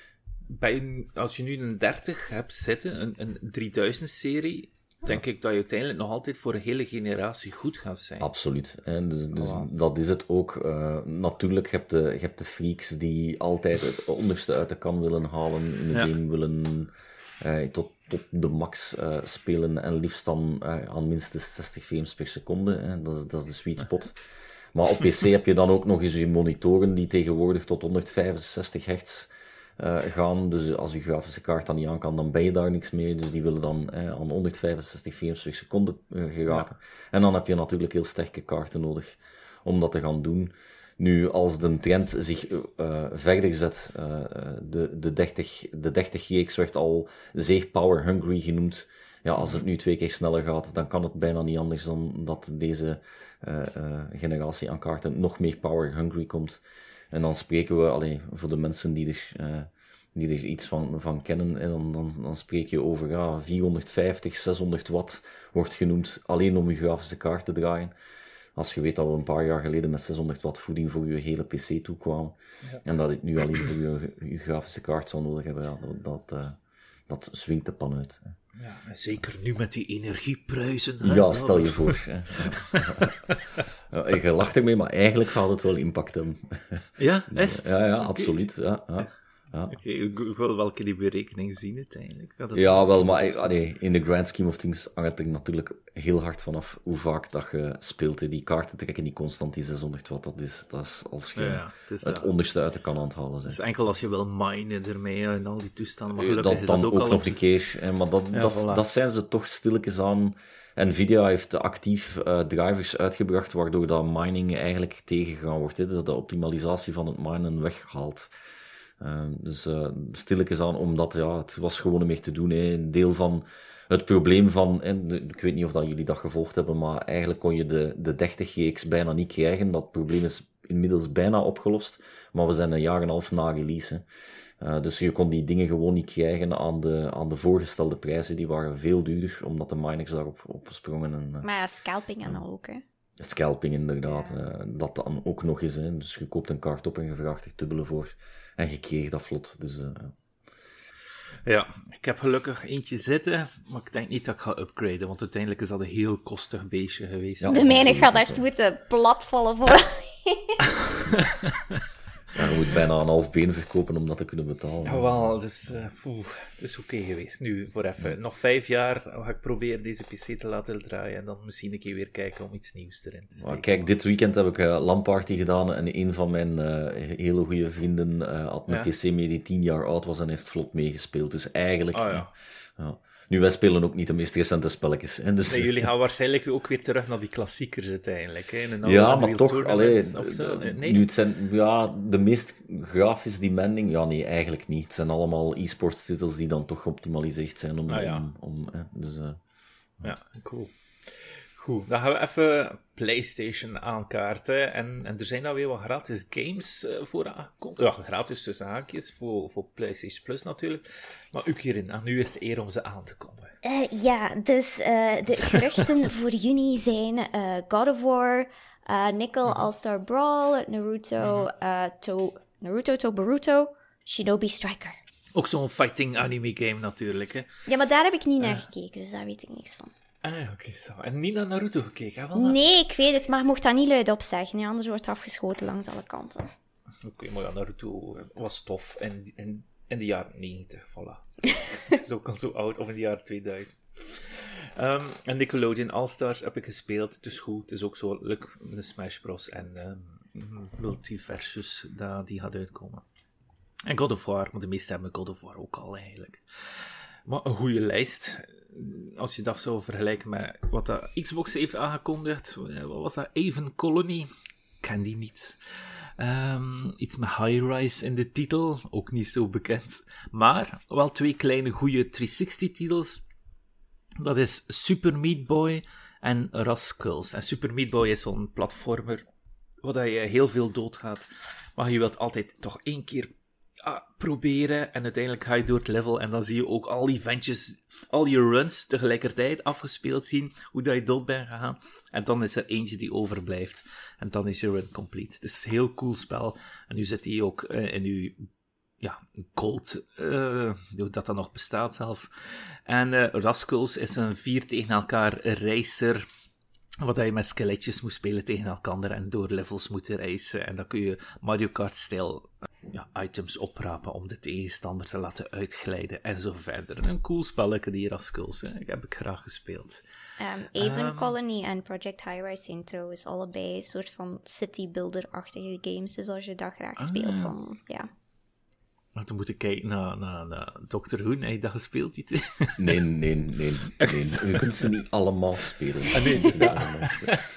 Bij een, als je nu een dertig hebt zitten, een, een drieduizend-serie, denk ik dat je uiteindelijk nog altijd voor een hele generatie goed gaat zijn. Absoluut. En dus, dus oh. dat is het ook. Uh, natuurlijk, je hebt, de, je hebt de freaks die altijd het onderste uit de kan willen halen, in de ja. game willen uh, tot tot de max uh, spelen en liefst dan uh, aan minstens zestig frames per seconde. Hè. Dat, is, dat is de sweet spot. Maar op P C heb je dan ook nog eens je monitoren die tegenwoordig tot honderdvijfenzestig hertz uh, gaan. Dus als je grafische kaart dan niet aan kan, dan ben je daar niks mee. Dus die willen dan uh, aan honderdvijfenzestig frames per seconde uh, geraken. Ja. En dan heb je natuurlijk heel sterke kaarten nodig om dat te gaan doen. Nu, als de trend zich uh, verder zet, uh, de, de dertig, de dertig-reeks werd al zeer power-hungry genoemd. Ja, als het nu twee keer sneller gaat, dan kan het bijna niet anders dan dat deze uh, uh, generatie aan kaarten nog meer power-hungry komt. En dan spreken we, allee, voor de mensen die er, uh, die er iets van, van kennen, en dan, dan, dan spreek je over ja, vierhonderdvijftig, zeshonderd watt wordt genoemd, alleen om je grafische kaart te draaien. Als je weet dat we een paar jaar geleden met zeshonderd watt voeding voor je hele P C toekwamen, ja. en dat ik nu alleen voor je, je grafische kaart zou nodig hebben, ja, dat, dat, uh, dat swingt de pan uit. Hè. Ja, en zeker nu met die energieprijzen. Hè? Ja, stel je voor. Hè. Ja, je lacht ermee, maar eigenlijk gaat het wel impact hebben. Ja, echt? Ja, ja, absoluut. Ja, ja. Ja. Oké, okay, ik wil welke die berekening zien uiteindelijk. Ja, wel, maar allee, in de grand scheme of things hangt er natuurlijk heel hard vanaf hoe vaak dat je speelt. Hè. Die kaarten trekken niet constant die zeshonderd watt. Dat is, dat is als je ja, ja, het, het onderste uit de kan aan het halen bent. Het is enkel als je wil minen ermee en al die toestanden. Maar dat is dan dat ook, ook al nog de... een keer. Hè, maar dat, ja, dat, voilà. dat zijn ze toch stilletjes aan. Nvidia heeft actief uh, drivers uitgebracht, waardoor dat mining eigenlijk tegengegaan wordt. Hè. Dat de optimalisatie van het minen weghaalt. Uh, dus uh, stilletjes aan, omdat ja, het was gewoon meer te doen. Hè. Een deel van het probleem van, hè, de, ik weet niet of dat jullie dat gevolgd hebben, maar eigenlijk kon je de, de dertig-reeks bijna niet krijgen. Dat probleem is inmiddels bijna opgelost, maar we zijn een jaar en een half na release. Uh, dus je kon die dingen gewoon niet krijgen aan de, aan de voorgestelde prijzen. Die waren veel duurder, omdat de miners daarop opsprongen. En, uh, maar ja, scalping en al ook, hè? Scalping, inderdaad. Ja. Uh, dat dan ook nog eens. Hè. Dus je koopt een kaart op en je vraagt er dubbele voor. En je kreeg dat vlot. Dus, uh, Ja, ik heb gelukkig eentje zitten, maar ik denk niet dat ik ga upgraden, want uiteindelijk is dat een heel kostig beestje geweest. Ja. De mijne gaat echt moeten platvallen voor... Ja, je moet bijna een half been verkopen om dat te kunnen betalen. Jawel, dus uh, poeh, het is oké okay geweest. Nu, voor even. Ja. Nog vijf jaar ga ik proberen deze P C te laten draaien en dan misschien een keer weer kijken om iets nieuws erin te steken. Maar kijk, dit weekend heb ik uh, LAN-party gedaan en een van mijn uh, hele goede vrienden uh, had een ja? P C mee die tien jaar oud was en heeft vlot meegespeeld. Dus eigenlijk... Oh, ja. Uh, ja. Nu, wij spelen ook niet de meest recente spelletjes. Hè, dus... Nee, jullie gaan waarschijnlijk ook weer terug naar die klassiekers uiteindelijk. Hè? Een ja, maar toch, allee, nee? nu het zijn, ja, de meest grafische demanding, ja nee, eigenlijk niet. Het zijn allemaal e-sports titels die dan toch geoptimaliseerd zijn om... Ah, ja. om, om hè, dus, uh, ja, cool. Goed, dan gaan we even PlayStation aankaarten. En, en er zijn nou weer wat gratis games uh, voor aangekondigd. Ja, gratis tussen haakjes, voor, voor PlayStation Plus natuurlijk. Maar u hierin, en nu is het eer om ze aan te kondigen. Uh, ja, dus uh, de geruchten voor juni zijn uh, God of War, uh, Nickel mm-hmm. All-Star Brawl, Naruto, mm-hmm. uh, to, Naruto to Boruto, Shinobi Striker. Ook zo'n fighting anime game natuurlijk, hè? Ja, maar daar heb ik niet uh. naar gekeken, dus daar weet ik niks van. Ah, oké, okay, zo. En niet naar Naruto gekeken, hè? Wel, nee, ik weet het, maar je mocht dat niet luid op zeggen, nee, anders wordt het afgeschoten langs alle kanten. Oké, okay, maar ja, Naruto was tof in, in, in de jaren negentig, voilà. Zo kan zo oud, of in de jaren tweeduizend. Um, en Nickelodeon All-Stars heb ik gespeeld, het is goed, het is ook zo leuk met de Smash Bros. En um, Multiversus, dat, die gaat uitkomen. En God of War, maar de meesten hebben God of War ook al eigenlijk. Maar een goede lijst. Als je dat zou vergelijken met wat de Xbox heeft aangekondigd, wat was dat? Even Colony? Ik ken die niet. Um, iets met High Rise in de titel, ook niet zo bekend. Maar wel twee kleine goede driehonderdzestig-titels. Dat is Super Meat Boy en Rascals. En Super Meat Boy is zo'n platformer waar je heel veel doodgaat. Maar je wilt altijd toch één keer ah, proberen. En uiteindelijk ga je door het level en dan zie je ook al die ventjes, al je runs tegelijkertijd afgespeeld zien. Hoe dat je dood bent gegaan. En dan is er eentje die overblijft. En dan is je run complete. Het is een heel cool spel. En nu zit hij ook uh, in je... Ja, Gold, uh, dat dat nog bestaat zelf. En uh, Rascals is een vier tegen elkaar racer, wat je met skeletjes moet spelen tegen elkaar en door levels moet racen. En dan kun je Mario Kart-stijl uh, ja, items oprapen om de tegenstander te laten uitglijden en zo verder. Een cool spelletje, die Rascals. Hè. Ik heb ik graag gespeeld. Um, Even um, Colony en Project High-Rise zijn trouwens allebei een soort van city-builder-achtige games. Dus als je dat graag ah, speelt, dan ja... Dan moet ik kijken naar, naar, naar Doctor Who. Heb je dat gespeeld, die twee? Nee, nee, nee. nee. Je kunt ze niet allemaal spelen. Ah, nee, ja.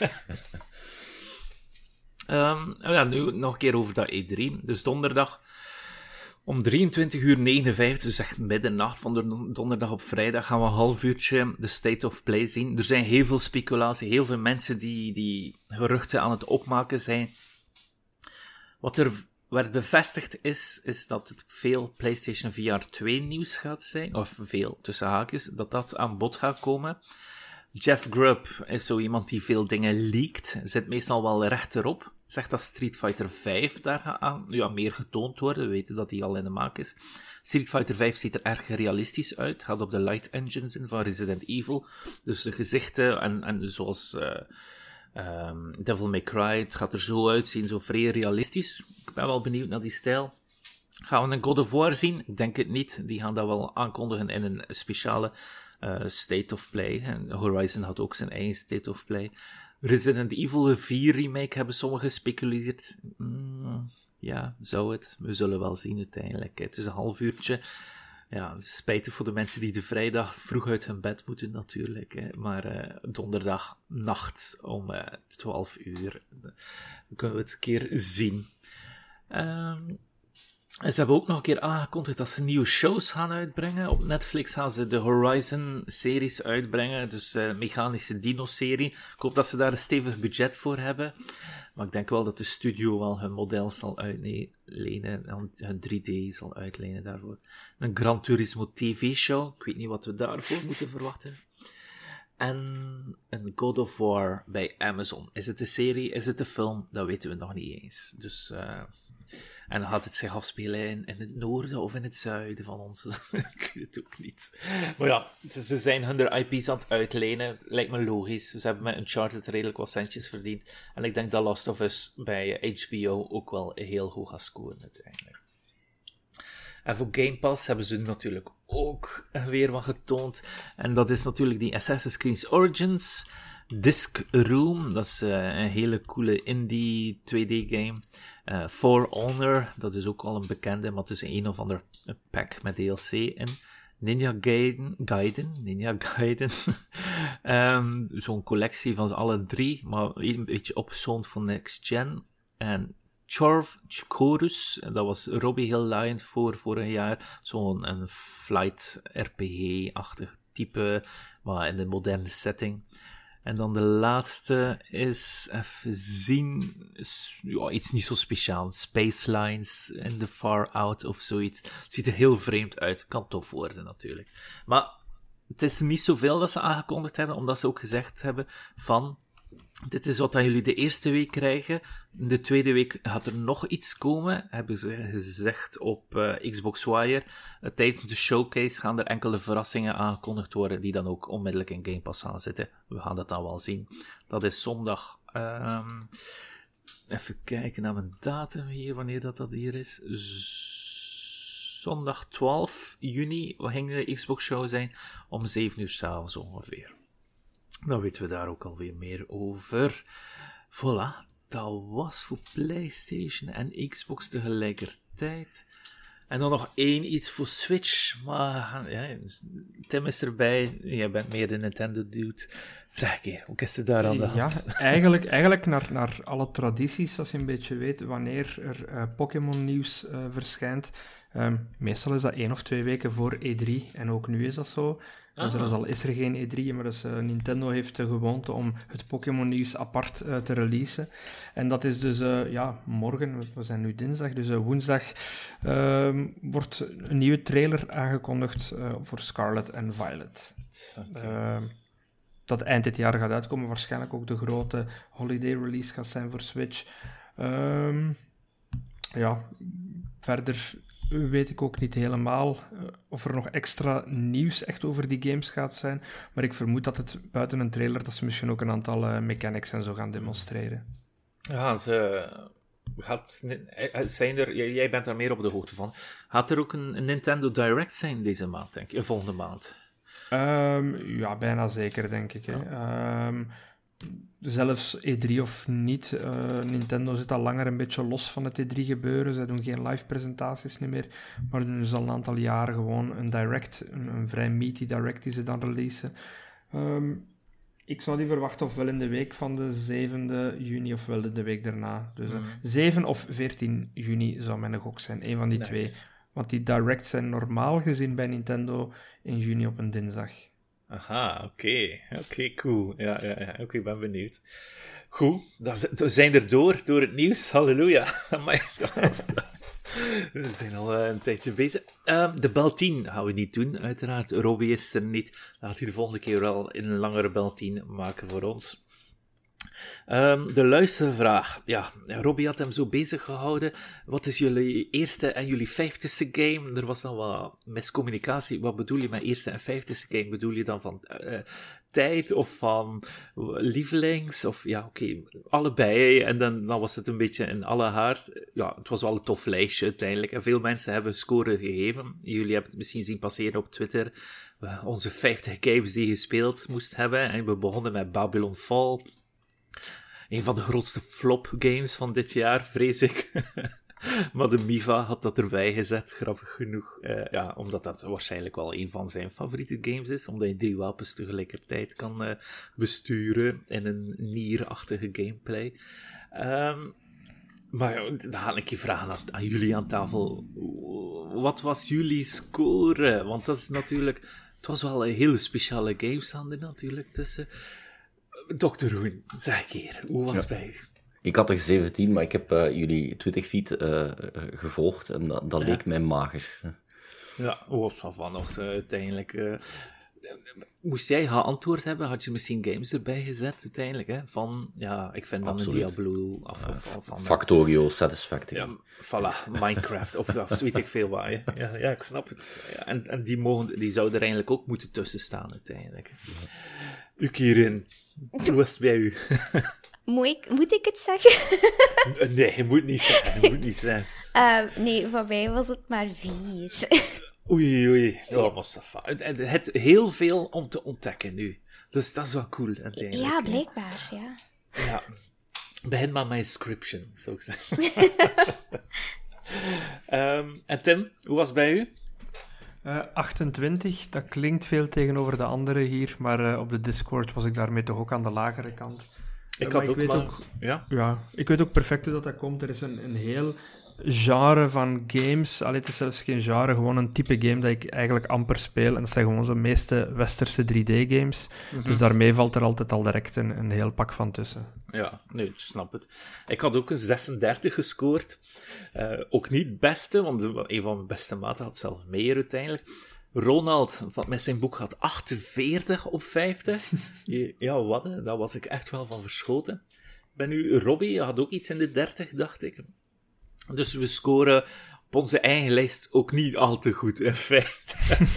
um, ja, nu nog een keer over dat E drie. Dus donderdag om drieëntwintig uur negenenvijftig, dus echt middernacht van de donderdag op vrijdag, gaan we een half uurtje de State of Play zien. Er zijn heel veel speculatie, heel veel mensen die, die geruchten aan het opmaken zijn. Wat er... Waar bevestigd is, is dat het veel PlayStation V R twee nieuws gaat zijn, of veel tussen haakjes, dat dat aan bod gaat komen. Jeff Grubb is zo iemand die veel dingen leakt, zit meestal wel recht erop. Zegt dat Street Fighter vijf daar gaat aan, ja, meer getoond worden, we weten dat die al in de maak is. Street Fighter vijf ziet er erg realistisch uit, gaat op de light engines in van Resident Evil, dus de gezichten en, en zoals... Uh, Um, Devil May Cry, het gaat er zo uitzien, zo vrij realistisch. Ik ben wel benieuwd naar die stijl. Gaan we een God of War zien? Ik denk het niet. Die gaan dat wel aankondigen in een speciale uh, State of Play. En Horizon had ook zijn eigen State of Play. Resident Evil vier remake hebben sommigen gespeculeerd. Mm, ja, zou het. We zullen wel zien uiteindelijk. Het is een half uurtje. Ja, het is spijtig voor de mensen die de vrijdag vroeg uit hun bed moeten natuurlijk. Hè. Maar uh, donderdag nacht om uh, twaalf uur dan kunnen we het een keer zien. Um, en ze hebben ook nog een keer aangekondigd dat ze nieuwe shows gaan uitbrengen. Op Netflix gaan ze de Horizon-series uitbrengen. Dus de uh, mechanische dino-serie. Ik hoop dat ze daar een stevig budget voor hebben. Maar ik denk wel dat de studio wel hun model zal uitlenen, hun drie D zal uitlenen daarvoor. Een Gran Turismo T V-show, ik weet niet wat we daarvoor moeten verwachten. En een God of War bij Amazon. Is het een serie, is het een film? Dat weten we nog niet eens. Dus uh, En dan gaat het zich afspelen in, in het noorden of in het zuiden van ons. Ik weet het ook niet. Maar ja, ze zijn hun I P's aan het uitlenen. Lijkt me logisch. Ze hebben met Uncharted redelijk wat centjes verdiend. En ik denk dat Last of Us bij H B O ook wel heel hoog gaat scoren uiteindelijk. En voor Game Pass hebben ze natuurlijk ook weer wat getoond. En dat is natuurlijk die Assassin's Creed Origins. Disc Room, dat is uh, een hele coole indie twee D-game. Uh, For Honor, dat is ook al een bekende, maar het is een of ander pack met D L C in. Ninja Gaiden, Gaiden, Ninja Gaiden. um, Zo'n collectie van alle drie, maar een beetje opgezoond voor Next Gen. En Chorv Chorus, dat was Robbie Hill Lion voor vorig jaar. Zo'n een flight R P G-achtig type, maar in een moderne setting. En dan de laatste is, even zien, is, ja, iets niet zo speciaal. Space Lines in the Far Out of zoiets. Het ziet er heel vreemd uit. Kan tof worden natuurlijk. Maar het is niet zoveel dat ze aangekondigd hebben, omdat ze ook gezegd hebben van, dit is wat jullie de eerste week krijgen. De tweede week gaat er nog iets komen, hebben ze gezegd op uh, Xbox Wire. Uh, tijdens de showcase gaan er enkele verrassingen aangekondigd worden, die dan ook onmiddellijk in Game Pass gaan zitten. We gaan dat dan wel zien. Dat is zondag. Um, even kijken naar mijn datum hier, wanneer dat, dat hier is. Z- zondag twaalf juni ging de Xbox show zijn, om zeven uur 's avonds ongeveer. Dan weten we daar ook alweer meer over. Voilà, dat was voor PlayStation en Xbox tegelijkertijd. En dan nog één iets voor Switch. Maar ja, Tim is erbij. Jij bent meer de Nintendo-dude. Zeg een keer, hoe is het daar aan de hand? Ja, eigenlijk, eigenlijk naar, naar alle tradities, als je een beetje weet wanneer er uh, Pokémon-nieuws uh, verschijnt. Um, meestal is dat één of twee weken voor E drie. En ook nu is dat zo. Dus zelfs al is er geen E drie, maar dus, uh, Nintendo heeft de gewoonte om het Pokémon-nieuws apart uh, te releasen. En dat is dus, uh, ja, morgen, we zijn nu dinsdag, dus uh, woensdag uh, wordt een nieuwe trailer aangekondigd uh, voor Scarlet en Violet. Okay. Uh, dat eind dit jaar gaat uitkomen, waarschijnlijk ook de grote holiday release gaat zijn voor Switch. Um, ja, verder weet ik ook niet helemaal uh, of er nog extra nieuws echt over die games gaat zijn, maar ik vermoed dat het buiten een trailer, dat ze misschien ook een aantal uh, mechanics en zo gaan demonstreren. Ja, ze... Gaat, zijn er, jij bent daar meer op de hoogte van. Gaat er ook een, een Nintendo Direct zijn deze maand, denk ik, volgende maand? Um, ja, bijna zeker, denk ik. Hè. Ja. Um, zelfs E drie of niet, uh, Nintendo zit al langer een beetje los van het E drie gebeuren. Zij doen geen live presentaties meer, maar doen dus al een aantal jaren gewoon een direct, een, een vrij meaty direct die ze dan releasen. Um, ik zou die verwachten ofwel in de week van de zevende juni ofwel in de week daarna. Dus uh, mm. zeven of veertien juni zou mijn gok zijn, een van die nice. twee. Want die directs zijn normaal gezien bij Nintendo in juni op een dinsdag. Aha, oké. Okay. Oké, okay, cool. Ja, ja, ja. Oké, okay, ik ben benieuwd. Goed, we zijn er door, door het nieuws. Halleluja. We zijn al uh, een tijdje bezig. Uh, de bel tien gaan we niet doen, uiteraard. Robbie is er niet. Laat u de volgende keer wel een langere bel tien maken voor ons. Um, de luistervraag. Ja, Robbie had hem zo bezig gehouden. Wat is jullie eerste en jullie vijftigste game? Er was dan wat miscommunicatie. Wat bedoel je met eerste en vijftigste game? Bedoel je dan van uh, tijd of van lievelings? Of ja, oké, okay, allebei. En dan, dan was het een beetje in alle haard. Ja, het was wel een tof lijstje uiteindelijk. En veel mensen hebben scoren gegeven. Jullie hebben het misschien zien passeren op Twitter. Uh, onze vijftig games die je gespeeld moest hebben. En we begonnen met Babylon Fall. Een van de grootste flop games van dit jaar, vrees ik. Maar de Miva had dat erbij gezet, grappig genoeg. Uh, ja, omdat dat waarschijnlijk wel een van zijn favoriete games is. Omdat je drie wapens tegelijkertijd kan uh, besturen in een nierachtige gameplay. Um, maar dan ga ik je vragen aan, aan jullie aan tafel. Wat was jullie score? Want dat is natuurlijk... Het was wel een hele speciale game staan er natuurlijk tussen... dokter Hoen, zeg ik hier, hoe was het ja. bij u? Ik had er zeventien, maar ik heb uh, jullie Twitterfeed uh, uh, gevolgd en dat, dat ja. leek mij mager. Ja, hoe was het van ons uh, uiteindelijk? Uh, moest jij geantwoord hebben, had je misschien games erbij gezet uiteindelijk, hè? Van, ja, ik vind dan Absoluut. een Diablo, of, of, of van... Factorio, Satisfactory. Ja, voilà, Minecraft, of, of weet ik veel wat, hè. Ja, ja, ik snap het. Ja, en en die, mogen, die zouden er eigenlijk ook moeten tussen staan uiteindelijk. U Kirin, hoe was het bij u? Moet ik, moet ik het zeggen? Nee, je moet niet zeggen, je moet niet zeggen. Uh, nee, voor mij was het maar vier. Oei, oei. Oh, Mustafa. En het heel veel om te ontdekken nu. Dus dat is wel cool, uiteindelijk. Ja, blijkbaar, ja. Ja. Begin maar met Inscription, zou ik zeggen. um, en Tim, hoe was het bij u? Uh, achtentwintig, dat klinkt veel tegenover de andere hier, maar uh, op de Discord was ik daarmee toch ook aan de lagere kant. Ik uh, had ik ook weet maar... ook, ja? Ja, ik weet ook perfect hoe dat, dat komt. Er is een, een heel genre van games. Allee, het is zelfs geen genre, gewoon een type game dat ik eigenlijk amper speel. En dat zijn gewoon de meeste westerse drie D-games. Mm-hmm. Dus daarmee valt er altijd al direct een, een heel pak van tussen. Ja, nee, ik snap het. Ik had ook een zesendertig gescoord. Uh, ook niet het beste, want een van mijn beste maten had zelf meer uiteindelijk. Ronald, van, met zijn boek had achtenveertig op vijftig. Ja, wat, hè? Daar was ik echt wel van verschoten. Ben nu, Robbie had ook iets in de dertig, dacht ik. Dus we scoren op onze eigen lijst ook niet al te goed, in feite.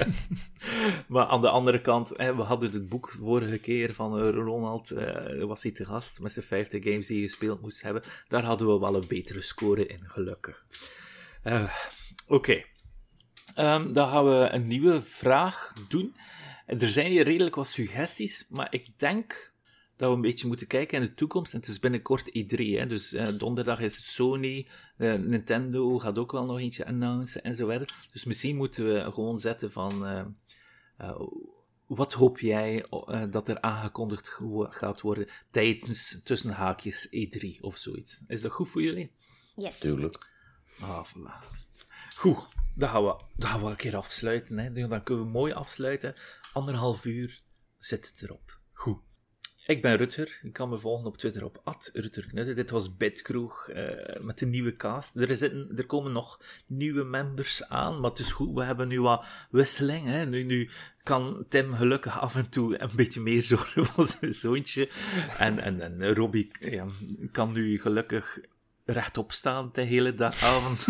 Maar aan de andere kant, hè, we hadden het boek vorige keer van uh, Ronald, uh, was hij te gast, met zijn vijftig games die hij gespeeld moest hebben. Daar hadden we wel een betere score in, gelukkig. Uh, Oké. Okay. Um, dan gaan we een nieuwe vraag doen. En er zijn hier redelijk wat suggesties, maar ik denk dat we een beetje moeten kijken in de toekomst. En het is binnenkort E drie, hè. Dus uh, donderdag is het Sony, uh, Nintendo gaat ook wel nog eentje announcen en zo verder. Dus misschien moeten we gewoon zetten van, uh, uh, wat hoop jij uh, dat er aangekondigd gaat worden tijdens, tussen haakjes, E drie of zoiets. Is dat goed voor jullie? Yes. Tuurlijk. Ah, voilà. Goed, dan gaan we, dan gaan we een keer afsluiten. Hè. Dan kunnen we mooi afsluiten. Anderhalf uur zit het erop. Goed. Ik ben Rutger. Je kan me volgen op Twitter op at rutgerknudde. Dit was Bitkroeg uh, met de nieuwe cast. Er, is een, er komen nog nieuwe members aan, maar het is goed. We hebben nu wat wisseling. Hè. Nu, nu kan Tim gelukkig af en toe een beetje meer zorgen voor zijn zoontje. En, en, en Robbie ja, kan nu gelukkig rechtop staan de hele dagavond.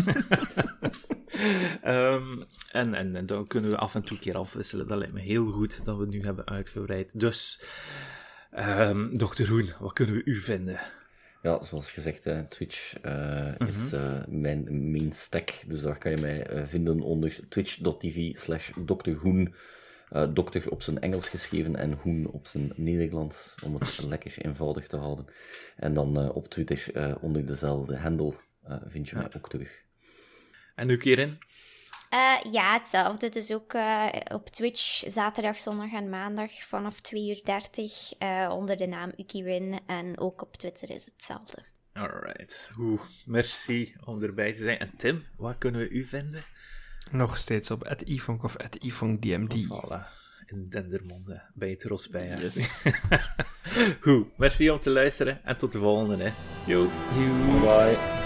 um, en, en, en dan kunnen we af en toe een keer afwisselen. Dat lijkt me heel goed dat we het nu hebben uitgebreid. Dus, um, dokter Hoen, wat kunnen we u vinden? Ja, zoals gezegd, hè, Twitch uh, mm-hmm. is uh, mijn main stack. Dus daar kan je mij uh, vinden onder twitch.tv slash dokter Hoen. Uh, dokter op zijn Engels geschreven en Hoen op zijn Nederlands, om het lekker eenvoudig te houden. En dan uh, op Twitter uh, onder dezelfde handle uh, vind je ja. mij ook terug. En u Kirin? Uh, ja, hetzelfde. Dus ook uh, op Twitch zaterdag, zondag en maandag vanaf twee uur dertig uh, onder de naam Ukiwin. En ook op Twitter is hetzelfde. Alright. Oeh, merci om erbij te zijn. En Tim, waar kunnen we u vinden? Nog steeds op at ifonk of at ifonkdmd. Voilà. In Dendermonde. Ben je trots bij, hè? Yes. Goed, merci om te luisteren en tot de volgende, hè. Yo. Yo. Bye.